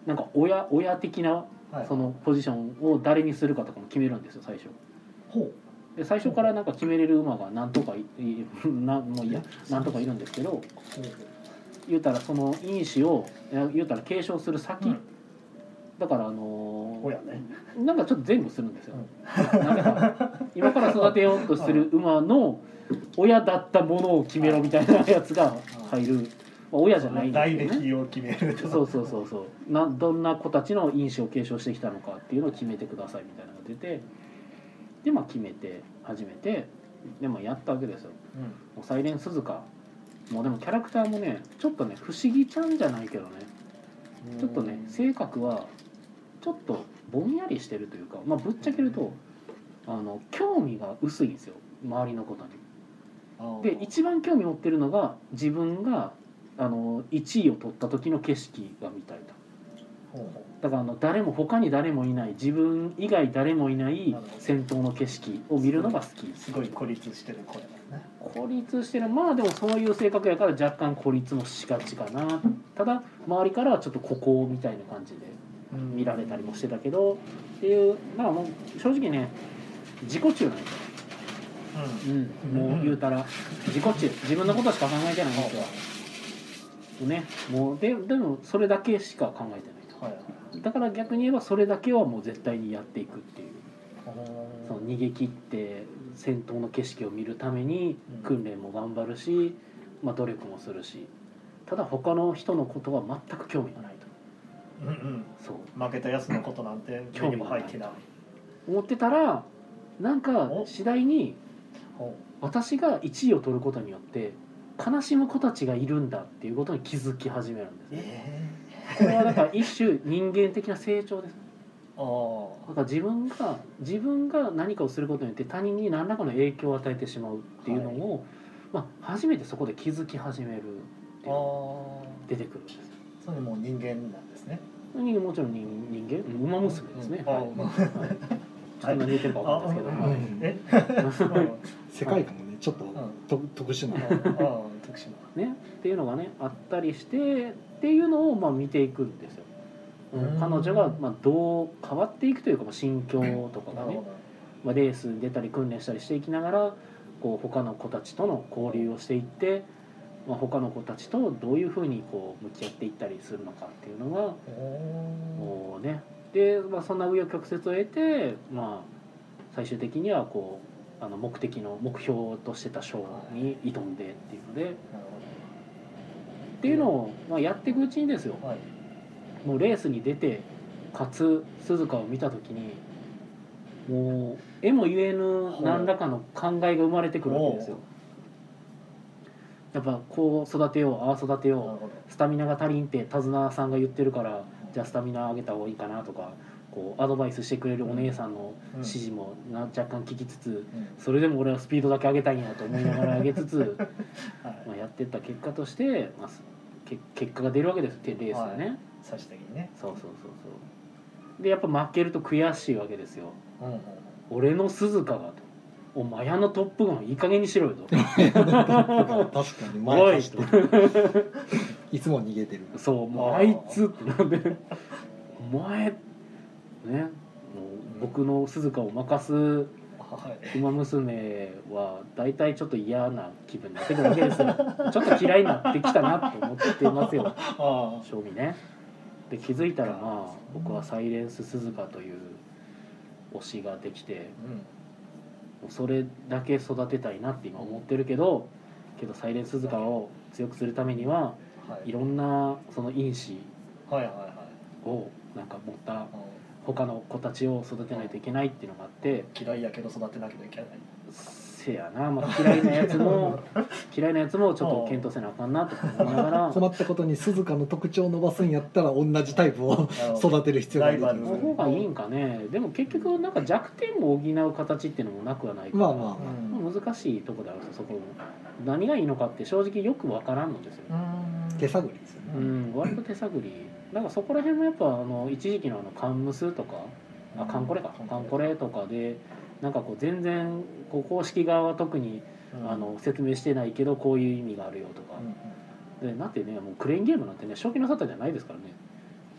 なんか親的なそのポジションを誰にするかとかも決めるんですよ最初。 ほう。 で最初からなんか決めれる馬が何とかもういいや何とかいるんですけど、言うたらその因子を言うたら継承する先、だから親ね、 なんかちょっと前後するんですよ、なんか今から育てようとする馬の親だったものを決めろみたいなやつが入る、親じゃないんですけどね、 来歴を決めると。 そうどんな子たちの因子を継承してきたのかっていうのを決めてくださいみたいなのが出て、で決めて始めてでやったわけですよ、もうサイレン鈴鹿もうでもキャラクターもねちょっとね不思議ちゃんじゃないけどね、ちょっとね性格はちょっとぼんやりしてるというか、ぶっちゃけると興味が薄いんですよ周りのことに。で一番興味持ってるのが自分が1位を取った時の景色が見たいと。だから他に誰もいない自分以外誰もいない戦闘の景色を見るのが好き。 すごい孤立してる子やね。 孤立してる、でもそういう性格やから若干孤立もしがちかな。ただ周りからはちょっと孤高みたいな感じで見られたりもしてたけど、っていうもう正直ね自己中なんですよ、もう言うたら自己中、自分のことしか考えてないんですよ、ね、もうでもそれだけしか考えてないと、だから逆に言えばそれだけはもう絶対にやっていくっていう、その逃げ切って戦闘の景色を見るために訓練も頑張るし、努力もするし、ただ他の人のことは全く興味がないと、 そう負けたやつのことなんて目にも入ってない思ってたら、なんか次第に私が1位を取ることによって悲しむ子たちがいるんだっていうことに気づき始めるんですね、これはだから一種人間的な成長です。だから自分が何かをすることによって他人に何らかの影響を与えてしまうっていうのを、初めてそこで気づき始めるっていうのが出てくるんです。 それも人間なんですね。 もちろん人間、馬娘ですね。ちょっと何言ってるか分かんないですけど、 世界観もねちょっと特殊なねっていうのがねあったりしてっていうのを見ていくんですよ。彼女がどう変わっていくというか心境とかがね、レースに出たり訓練したりしていきながらこう他の子たちとの交流をしていって、他の子たちとどういうふうにこう向き合っていったりするのかっていうのがもうね、で、そんな紆余曲折を得て、最終的にはこう目標としてた賞に挑んでっていうので、っていうのをやっていくうちにですよ、もうレースに出て勝つ鈴鹿を見た時にもうえも言えぬ何らかの考えが生まれてくるわけですよ。やっぱこう育てよう、ああ育てよう、スタミナが足りんって手綱さんが言ってるからじゃあスタミナ上げた方がいいかなとか、こうアドバイスしてくれるお姉さんの指示も若干聞きつつ、それでも俺はスピードだけ上げたいんやと思いながら上げつつやってった結果として、結果が出るわけですレースでね、 最終的にね。 そうでやっぱ負けると悔しいわけですよ、俺の鈴鹿がと、お前のトップガンいい加減にしろよと確かに前走ってるいつも逃げてる、 そうもうあいつってなんでお前ね、もう僕の鈴鹿を任す馬娘は大体ちょっと嫌な気分になってくるわけですよちょっと嫌いになってきたなと思ってますよ正味ね。で気づいたら僕はサイレンス鈴鹿という推しができて、それだけ育てたいなって今思ってるけどサイレンス鈴鹿を強くするためには、いろんなその因子をなんか持った他の子たちを育てないといけないっていうのがあって、 嫌いやけど育てなきゃいけない。 せやな、嫌いなやつもちょっと検討せなあかんなと思いながら困ったことに鈴鹿の特徴を伸ばすんやったら同じタイプを育てる必要が出てくるの方がいいんかね。でも結局なんか弱点も補う形っていうのもなくはないから、難しいとこであるんですよ。そこ何がいいのかって正直よくわからんのですよ。 手探りですよね。 割と手探り。だからそこら辺もやっぱ一時期のカンムスとかカンコレとかでなんかこう全然こう公式側は特に説明してないけどこういう意味があるよとか、でなんてね、もうクレーンゲームなんてね正気の沙汰じゃないですからね。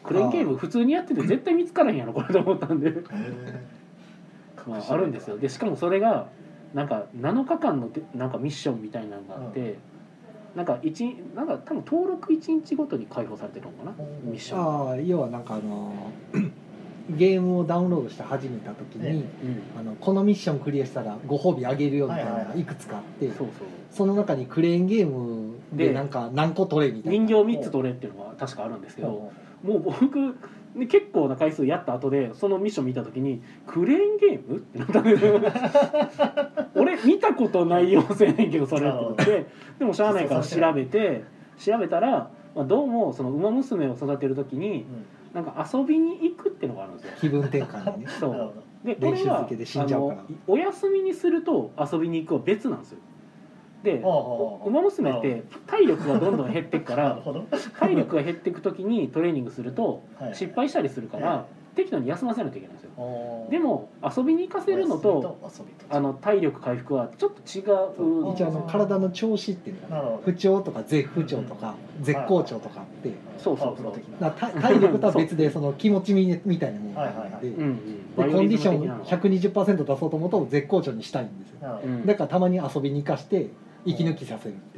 クレーンゲーム普通にやってて絶対見つからへんやろこれと思ったんでまああるんですよ。でしかもそれがなんか7日間のなんかミッションみたいなのがあって、なんか多分登録1日ごとに開放されてるのかな、ミッション。 要はなんかゲームをダウンロードして始めた時に、このミッションクリアしたらご褒美あげるよみたいなのがいくつかあって、その中にクレーンゲームでなんか何個取れみたいな、 人形3つ取れっていうのが確かあるんですけど、もう僕結構な回数やった後でそのミッション見た時にクレーンゲームってなったんですよ俺見たことない要素やねんけどそれって言ってでもしゃあないから調べたら、まあ、どうもその馬娘を育てる時になんか遊びに行くっていうのがあるんですよ、 気分転換にね。 そうでこれはお休みにすると遊びに行くは別なんですよ。で馬娘って体力がどんどん減っていくから体力が減っていく時にトレーニングすると失敗したりするから適度に休ませないといけないんですよ。でも遊びに行かせるのと体力回復はちょっと違う。 一応体の調子っていうのは不調とか絶不調とか絶好調とかあって、 そう体力とは別でその気持ちみたいなものがあってでコンディション 120% 出そうと思うと絶好調にしたいんですよ。だからたまに遊びに行かして息抜きさせるっていう。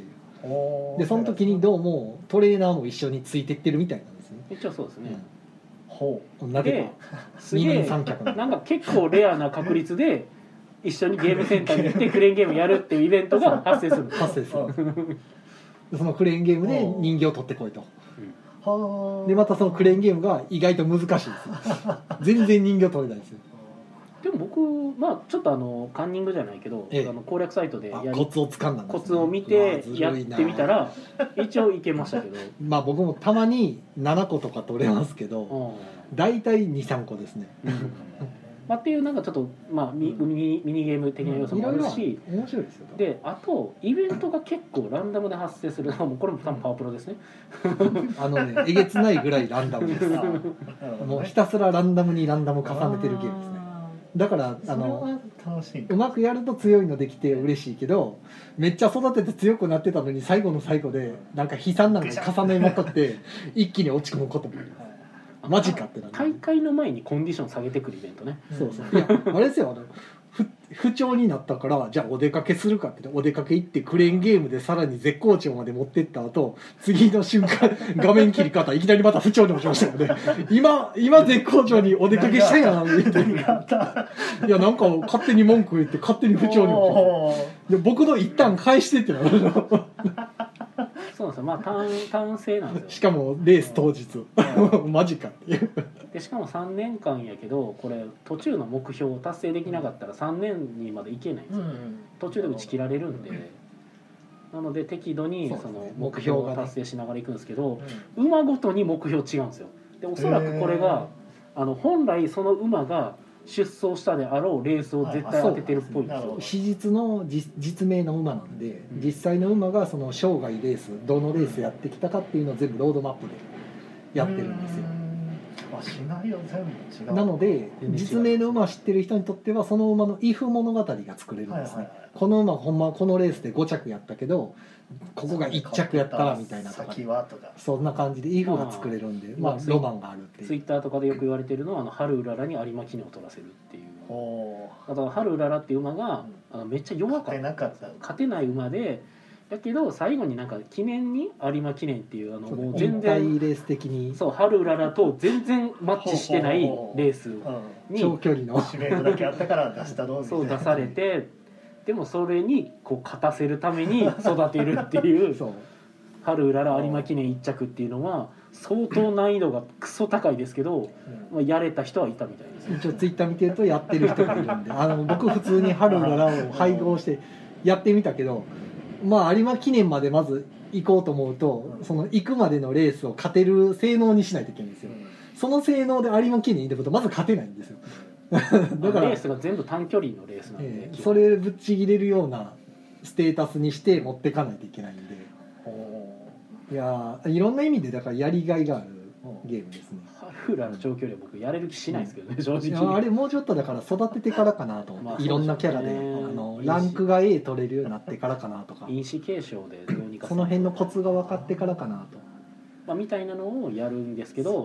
でその時にどうもトレーナーも一緒についてってるみたいなんですね。 一応そうですね。 なぜか二人三脚なんか結構レアな確率で一緒にゲームセンターに行ってクレーンゲームやるっていうイベントが発生する。そのクレーンゲームで人形を取ってこいと。でまたそのクレーンゲームが意外と難しいですよ。全然人形取れないですよ。 でも僕まあちょっとカンニングじゃないけど、攻略サイトでコツをつかんだんですね。 コツを見てやってみたら一応いけましたけどまあ僕もたまに7個とか取れますけど大体 2,3 個ですね。 まあっていうなんかちょっとまあミニゲーム的な要素もあるし、 面白いですよ。 であとイベントが結構ランダムで発生するのもこれも多分パワープロですね。 えげつないぐらいランダムです。もうひたすらランダムにランダム重ねてるゲームですね。だからうまくやると強いのできて嬉しいけどめっちゃ育てて強くなってたのに最後の最後でなんか悲惨なの重ねまくって一気に落ち込むこともあります。マジかってなる。 大会の前にコンディション下げてくるイベントね。 そういやあれですよ不調になったからじゃあお出かけするかってお出かけ行ってクレーンゲームでさらに絶好調まで持ってった後次の瞬間画面切り方いきなりまた不調に落ちましたよね。今絶好調にお出かけしたやんって言っていやなんか勝手に文句言って勝手に不調に落ちて僕の一旦返してってなる。 そうなんですよ。まあ単性なんですよ。 しかもレース当日マジかっていうでしかも3年間やけどこれ途中の目標を達成できなかったら3年にまでいけないんですよ。途中で打ち切られるんでなので適度にその目標を達成しながらいくんですけど馬ごとに目標違うんですよ。でおそらくこれが本来その馬が出走したであろうレースを絶対当ててるっぽいんですよ。 史実の実名の馬なんで、実際の馬がその生涯レースどのレースやってきたかっていうのを全部ロードマップでやってるんですよ。 シナリオ全部違う。 なので実名の馬を知ってる人にとってはその馬のイフ物語が作れるんですね。この馬ほんまこのレースで5着やったけどここが1着やったらみたいなとかそんな感じでイフが作れるんでまあロマンがあるっていう。 ツイッターとかでよく言われてるのは春うららに有馬記念を取らせるっていう。あと春うららっていう馬がめっちゃ弱かった勝てない馬でだけど最後になんか記念に有馬記念っていうもう全然レース的にそう春うららと全然マッチしてないレースに長距離の指名だけあったから出したどうそう出されてでもそれにこう勝たせるために育てるっていう春うらら有馬記念1着っていうのは相当難易度がクソ高いですけど、まあ、やれた人はいたみたいです。 一応ツイッター見てるとやってる人がいるんで僕普通に春うららを配合してやってみたけどまあ有馬記念までまず行こうと思うとその行くまでのレースを勝てる性能にしないといけないんですよ。その性能で有馬記念に行くとまず勝てないんですよ。 だからレースが全部短距離のレースなんで、 それぶっちぎれるようなステータスにして持っていかないといけないんでいやいろんな意味でだからやりがいがあるゲームですね。 春うららの長距離は僕やれる気しないですけどね、正直。 あれもうちょっとだから育ててからかなと思って、いろんなキャラでランクが A 取れるようになってからかなとか因子継承でどうにかその辺のコツが分かってからかなと、 まあ、みたいなのをやるんですけど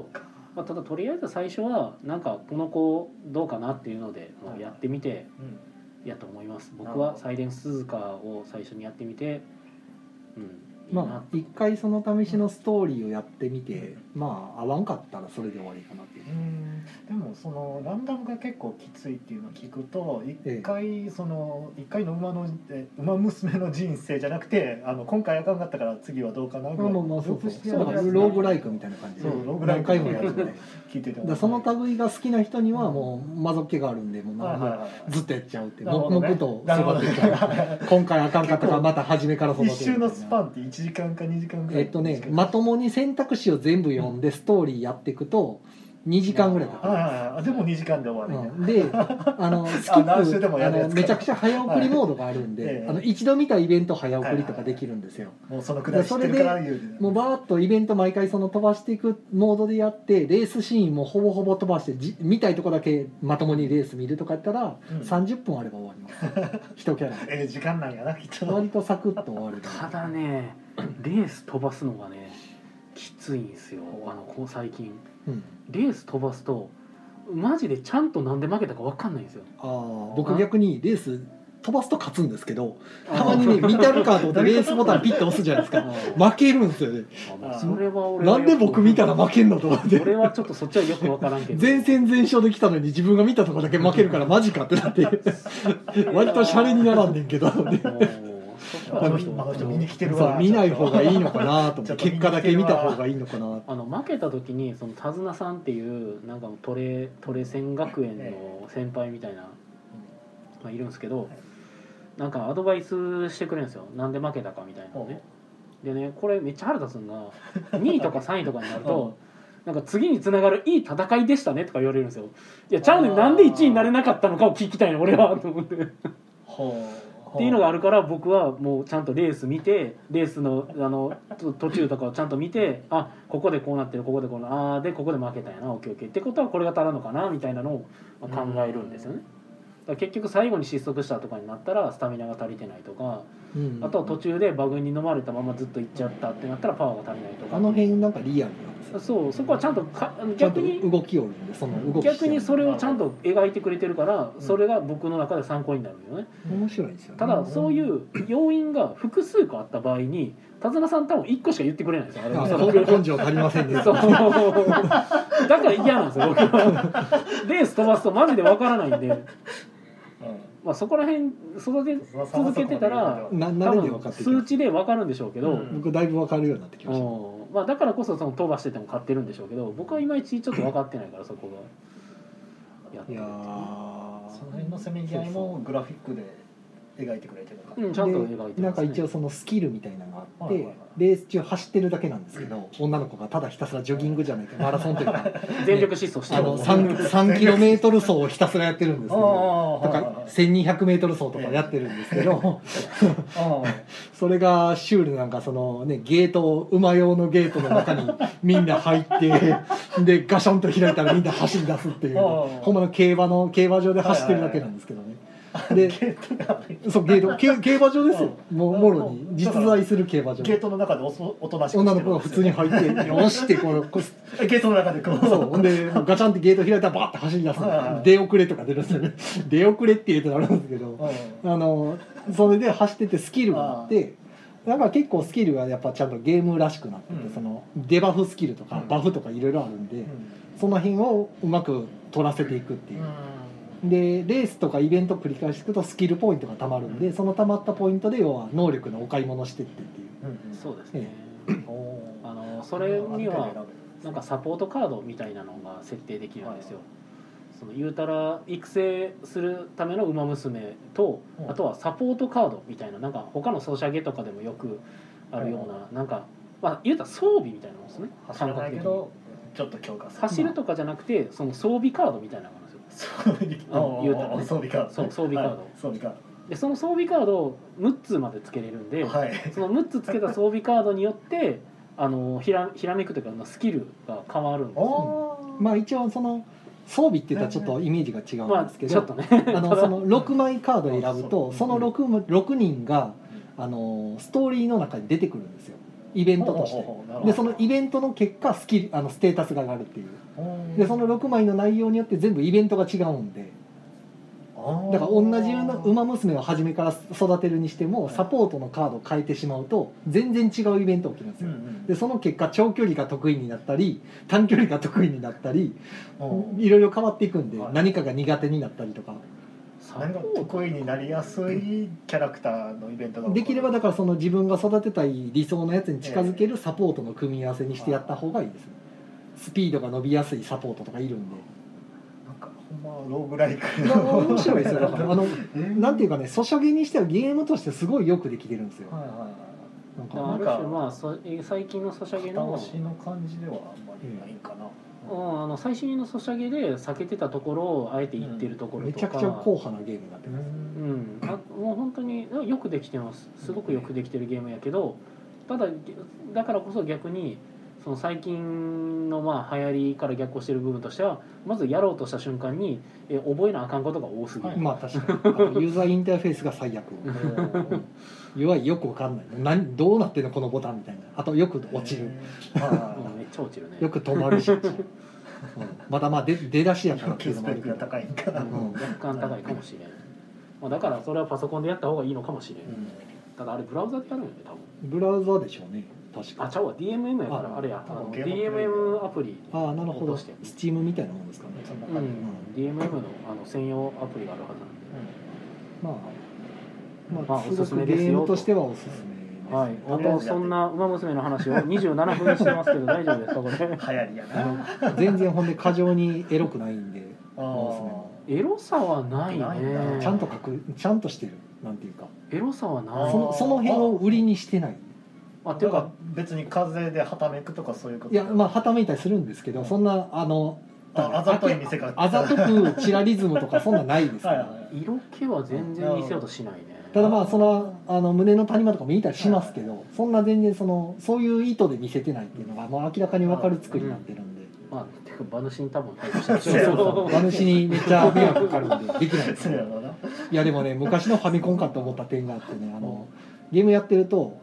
まあ、ただとりあえず最初はなんかこの子どうかなっていうのでもうやってみてやと思います。僕はサイレンス鈴鹿を最初にやってみて、 まあ一回その試しのストーリーをやってみて、まあ合わんかったらそれで終わりかなっていう。 でもそのランダムが結構きついっていうのを聞くと、一回の馬娘の人生じゃなくて、今回あかんかったから次はどうかなぐらい、 そうだからローグライクみたいな感じで何回もやるね。 聞いててだその類が好きな人にはもう魔族気があるんで、もうずっとやっちゃうって黙々と育てちゃう。今回あかんかったからまた初めから育てる。 一周のスパンって1時間か2時間ぐらい。 まともに選択肢を全部読んでストーリーやっていくと2時間ぐらいかかる。 でも2時間で終わる、 でスキップめちゃくちゃ早送りモードがあるんで、一度見たイベント早送りとかできるんですよ。 もうそのくらい知ってるから言うで、 もうバーッとイベント毎回その飛ばしていくモードでやって、レースシーンもほぼほぼ飛ばして見たいとこだけまともにレース見るとかやったら、30分あれば終わります一キャラ時間なんやなきっと。 割とサクッと終わる。 ただねレース飛ばすのがねきついんですよ。最近、レース飛ばすとマジでちゃんとなんで負けたか分かんないんですよ。 僕逆にレース飛ばすと勝つんですけど、たまにね見てあるかと思ってレースボタンピッて押すじゃないですか、負けるんですよね。 それは俺なんで僕見たら負けんのと思って。 俺はちょっとそっちはよく分からんけど、 全戦全勝できたのに自分が見たとこだけ負けるからマジかってなって割とシャレにならんねんけどあの人見に来てるわ。 見ない方がいいのかなと思って結果だけ見た方がいいのかな。 負けた時にその手綱さんっていうなんかトレセン学園の先輩みたいな、いるんですけど、なんかアドバイスしてくれるんですよ。なんで負けたかみたいなね。でね、これめっちゃ腹立つのが2位とか3位とかになるとなんか次につながるいい戦いでしたねとか言われるんですよ。いやちゃうねん、なんで1位になれなかったのかを聞きたいの俺はと思ってっていうのがあるから、僕はもうちゃんとレース見て、レースの途中とかをちゃんと見て、ここでこうなってる、ここでこうなでここで負けたんやな、オッケーオッケーってことはこれが足らんのかなみたいなのを考えるんですよね。だから結局最後に失速したとかになったらスタミナが足りてないとか、あとは途中でバグに飲まれたままずっと行っちゃったってなったらパワーが足りないとか、 辺なんかリアルなんですよ。 そこはちゃんと逆に動きをその動き逆にそれをちゃんと描いてくれてるから、それが僕の中で参考になるよね。 面白いですよね。 ただそういう要因が複数個あった場合に手綱さん多分1個しか言ってくれないんですよ。 根性足りませんね。 そうだから嫌なんですよ僕は。レース飛ばすとマジでわからないんで、そこら辺育て続けてたら多分数値で分かるんでしょうけど、 僕だいぶ分かるようになってきました。 だからこそその飛ばしてても勝ってるんでしょうけど、僕はいまいちちょっと分かってないからそこがやってるっていう。 その辺のせめぎ合いもグラフィックで描いてくれてるのか、 ちゃんと描いてますね。 なんか一応そのスキルみたいなのがあって、レース中走ってるだけなんですけど、女の子がただひたすらジョギングじゃないかマラソンというか全力疾走してる 3km 走をひたすらやってるんですけど、とか 1200m 走とかやってるんですけどそれがシュールなんかそのねゲート、馬用のゲートの中にみんな入ってでガションと開いたらみんな走り出すっていうほんまの競馬場で走ってるだけなんですけどね。でそう競馬場ですよ。もろに実在する競馬場。 ゲートの中でおとなしく女の子が普通に入ってよしってこうゲートの中でこうほんでガチャンってゲート開いたらバーって走り出す出遅れとか出るんですよね。出遅れって言うとあるんですけど、それで走っててスキルがあって、なんか結構スキルがやっぱちゃんとゲームらしくなってて、そのデバフスキルとかバフとかいろいろあるんで、その辺をうまく取らせていくっていう。でレースとかイベントを繰り返していくとスキルポイントがたまるんで、そのたまったポイントで要は能力のお買い物してってっていう、 そうですね。それにはなんかサポートカードみたいなのが設定できるんですよ。その言うたら育成するための馬娘と、あとはサポートカードみたいな、なんか他のソシャゲとかでもよくあるような、なんか言うたら装備みたいなもんですね。 走らないけどちょっと強化する。 走るとかじゃなくてその装備カードみたいなのがあるんですよ。言うたらね、装備カード。そう、装備カード。でその装備カードを6つまでつけれるんで、その6つつけた装備カードによってひらめくというかスキルが変わるんですよ。 一応その装備って言ったらちょっとイメージが違うんですけど、 ちょっとねその6枚カードを選ぶとその 6人がストーリーの中に出てくるんですよ。 イベントとしてでそのイベントの結果ステータスが上がるっていうでその6枚の内容によって全部イベントが違うんでだから同じような馬娘を初めから育てるにしてもサポートのカードを変えてしまうと全然違うイベントが起きるんですよ、でその結果長距離が得意になったり短距離が得意になったりいろいろ変わっていくんで何かが苦手になったりとか何が得意になりやすいキャラクターのイベントができればだからその自分が育てたい理想のやつに近づけるサポートの組み合わせにしてやった方がいいですね。スピードが伸びやすいサポートとかいるんでなんかほんまローグライク面白いですよだからなんていうかねソシャゲにしてはゲームとしてすごいよくできてるんですよ、 ある種まあ最近のソシャゲの私の感じではあんまりないかな、 最新のソシャゲで避けてたところをあえて言ってるところとか、 めちゃくちゃ硬派なゲームになってます、 もう本当によくできてます。すごくよくできてるゲームやけど、ただだからこそ逆にその最近のまあ流行りから逆行してる部分としては、まずやろうとした瞬間に覚えなあかんことが多すぎる、 まあ確かにあとユーザーインターフェースが最悪UIよくわかんないどうなってんのこのボタンみたいな、あとよく落ちる、 めっちゃ落ちるね、 よく止まるし、まだまあ出だしやからっていうのもあるけど高いんかな、 若干高いかもしれん、まあ、だからそれはパソコンでやった方がいいのかもしれん、ただあれブラウザでやるんよね多分。 ブラウザでしょうね確か。 ちゃうわ DMM やからあれやDMM アプリなるほどスチームみたいなもんですかね、 DMM の専用アプリがあるはずなんで、 まあおすすめですよ、ゲームとしてはおすすめです、 はい、あとそんな馬娘の話を27分にしてますけど大丈夫ですかこれ流行りやな全然ほんで過剰にエロくないんでエロさはないね、 ちゃんとしてる、なんていうかエロさはない、 その辺を売りにしてない。 ていうか別に風ではためくとかそういうこと、 いやまあはためいたりするんですけど、そんなあざとい見せ方、 あざとくチラリズムとかそんなないですから色気は全然見せようとしないね。 ただまあ胸の谷間とか見たりしますけど、そんな全然そういう意図で見せてないっていうのがもう明らかに分かる作りになってるんで、 まあてか馬主に多分配慮してる馬主にめっちゃ迷惑かかるんでできないですいやでもね昔のファミコンかと思った点があってね、ゲームやってると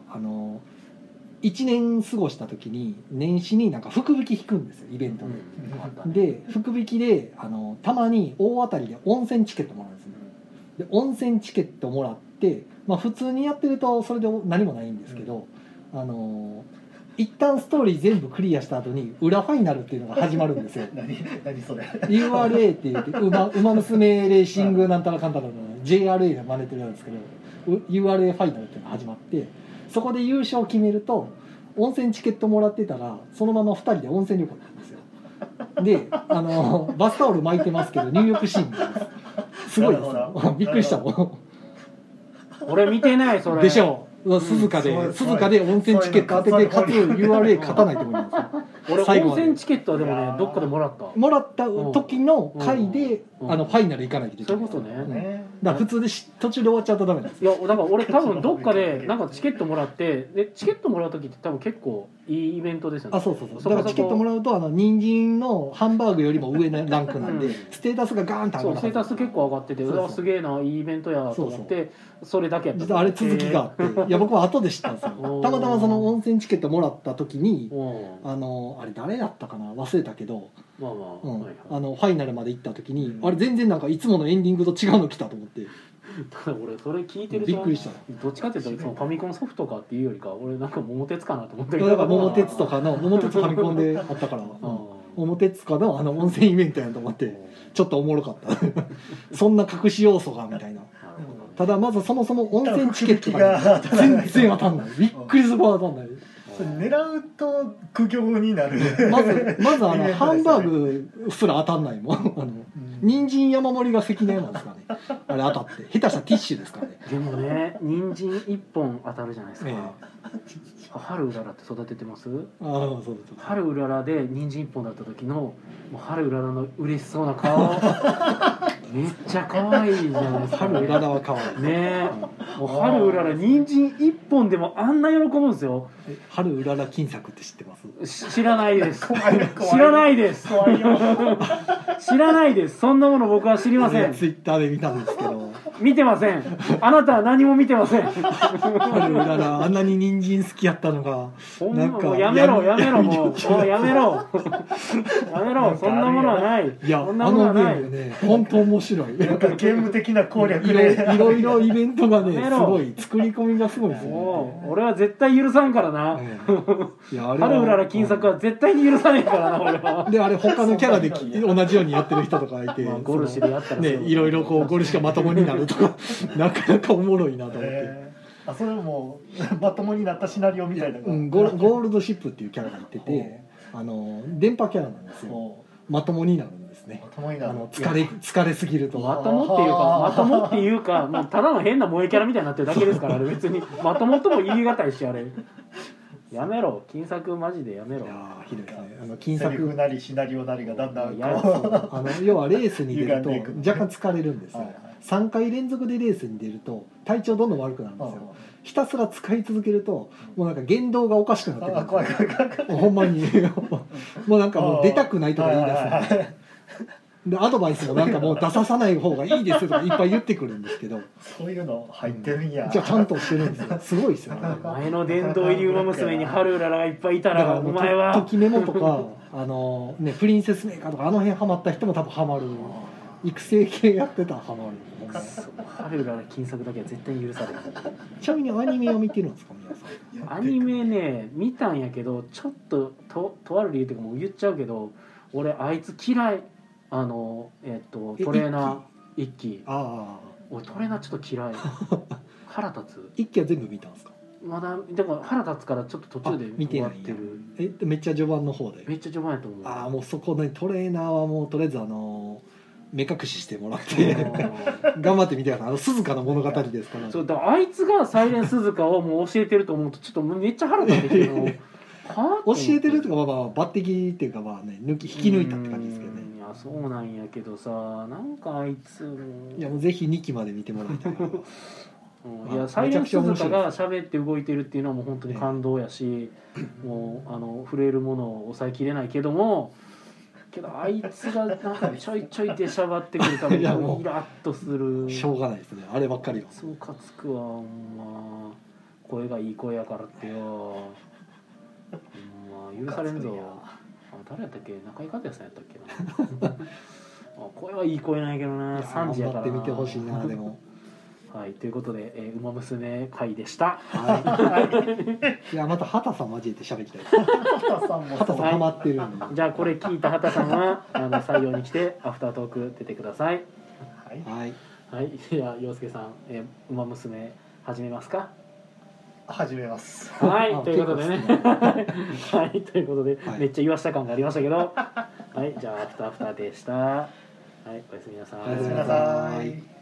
1年過ごした時に年始になんか福引き引くんですよイベントで、で福引きでたまに大当たりで温泉チケットもらうんですね。で温泉チケットもらって、まあ、普通にやってるとそれで何もないんですけど、一旦ストーリー全部クリアした後に裏ファイナルっていうのが始まるんですよ何それ URA って言って馬娘レーシングなんたらかんたらの JRA が真似てるんですけど URA ファイナルっていうのが始まって、そこで優勝を決めると温泉チケットもらってたらそのまま2人で温泉旅行になるんですよ。でバスタオル巻いてますけど入浴シーンなんです。すごいですよびっくりしたもん俺見てないそれでしょう。鈴鹿で温泉チケット当ててかつ URA 勝たないと思います俺温泉チケットはでもねどっかでもらった時の回でファイナル行かないといけない。 そういうことね、 だから普通で途中で終わっちゃうとダメなんです。 いやだから俺多分どっかでなんかチケットもらってでチケットもらう時って多分結構いいイベントですよね。 そうだからチケットもらうと人参のハンバーグよりも上のランクなんで、ステータスがガーンと上がる。 ステータス結構上がっててすげえないいイベントやと思ってそれだけやった。 実はあれ続きがあっていや僕は後で知ったんですよたまたまその温泉チケットもらった時にあれ誰だったかな忘れたけどファイナルまで行った時にあれ全然なんかいつものエンディングと違うの来たと思ってただ俺それ聞いてるとびっくりした。 どっちかっていうとそのファミコンソフトかっていうよりか俺なんか桃鉄かなと思ってる。 だから桃鉄とかの桃鉄ファミコンであったから桃鉄かの温泉イベントやと思ってちょっとおもろかったそんな隠し要素がみたいな。ただまずそもそも温泉チケットが全然当たんない。びっくりするほど当たんない。 狙うと苦行になるまずハンバーグすら当たんないもん人参山盛りが関根なんですかねあれ当たって下手したらティッシュですからね。 でもね人参1本当たるじゃないですか、春うららって育ててます？ そうです。 春うららで人参1本だった時のもう春うららの嬉しそうな顔めっちゃ可愛いじゃないですか。 春うららは可愛いねもう春うらら人参1本でもあんな喜ぶんですよ。 春うらら金作って知ってます？ 知らないです知らないです知らないです。そんなもの僕は知りません。 ツイッターで見たんですけど見てません。あなたは何も見てません。 春うららあんなに人参好きやったのがなんかもうやめろもうやめろやめろそんなものはない。 いやそんなものはない。 ゲームね本当面白い。 なんかゲーム的な攻略でいろいろイベントがねやめろすごい作り込みがすごいですよもね。 う俺は絶対許さんからな。 いやあれは春うらら金作は絶対に許さないからな俺は。 であれ他のキャラで同じようにやってる人とかいて、 まあゴルシでやったらねいろいろこうゴルシがまともになるとかなかなかおもろいなと思って。 あそれもまともになったシナリオみたいなのが、 ゴールドシップっていうキャラがいてて電波キャラなんですよ。まともになるんですね。 まともになる疲れすぎるとまともっていうかもうただの変な萌えキャラみたいになってるだけですからあれ別にまともとも言い難いしあれやめろ金作マジでやめろ。 いやひどいですね。金セリフ作なりシナリオなりがだんだんこ要はレースに出ると歪んでいく若干疲れるんですよ。 はいはい 3回連続でレースに出ると体調どんどん悪くなるんですよ。ひたすら使い続けるともうなんか言動がおかしくなってくるん怖いですよ。ほんまにもうなんかもう出たくないとか言い出すんで、でアドバイスもなんかもう出さない方がいいですよとかいっぱい言ってくるんですけど、 そういうの入ってるんや、 じゃあちゃんとしてるんですよ。すごいですよね。 前の殿堂入り馬娘に春うららがいっぱいいたらだからお前はときメモとかプリンセスメーカーとかあの辺ハマった人も多分ハマる。育成系やってたらハマる。 春うらら金作だけは絶対に許されない。 ちなみにアニメを見てるんですか皆さん。 アニメね見たんやけどちょっととある理由っていうかもう言っちゃうけど俺あいつ嫌いトレーナー一期俺トレーナーちょっと嫌い腹立つ。 一期は全部見たんですか。 まだでも腹立つからちょっと途中で終わってる。 めっちゃ序盤の方で。 めっちゃ序盤やと思う。 もうそこねトレーナーはもうとりあえず目隠ししてもらって頑張ってみてください。鈴鹿の物語ですから。 そうだあいつがサイレン鈴鹿をもう教えてると思うとちょっとめっちゃ腹立ってきて教えてるとか抜擢っていうか引き抜いたって感じですけどね。 いやそうなんやけどさなんかあいついやもうぜひ2期まで見てもらいたいいやサイレン鈴鹿が喋って動いてるっていうのはもう本当に感動やし、もう触れるものを抑えきれないけどあいつがなんかちょいちょい出しゃばってくるためにイラッとする。 しょうがないですねあればっかりは。 そうかつくわほんま声がいい声やからってよ許されんぞ。誰やったっけ中井和也さんやったっけな声はいい声なんやけどな3時やからな。 頑張ってみてほしいなでもはいということで、馬娘会でした。 いやまた畑さん交えて喋りたい。畑さんハマってるんで、 じゃあこれ聞いた畑さんは採用に来てアフタートーク出てください。 はいはい、じゃあ陽介さん、馬娘始めますか。 始めます。 はいということでねはいということで、めっちゃ言わした感がありましたけどはいじゃあアフターでした。はいおやすみなさい。 おやすみなさい。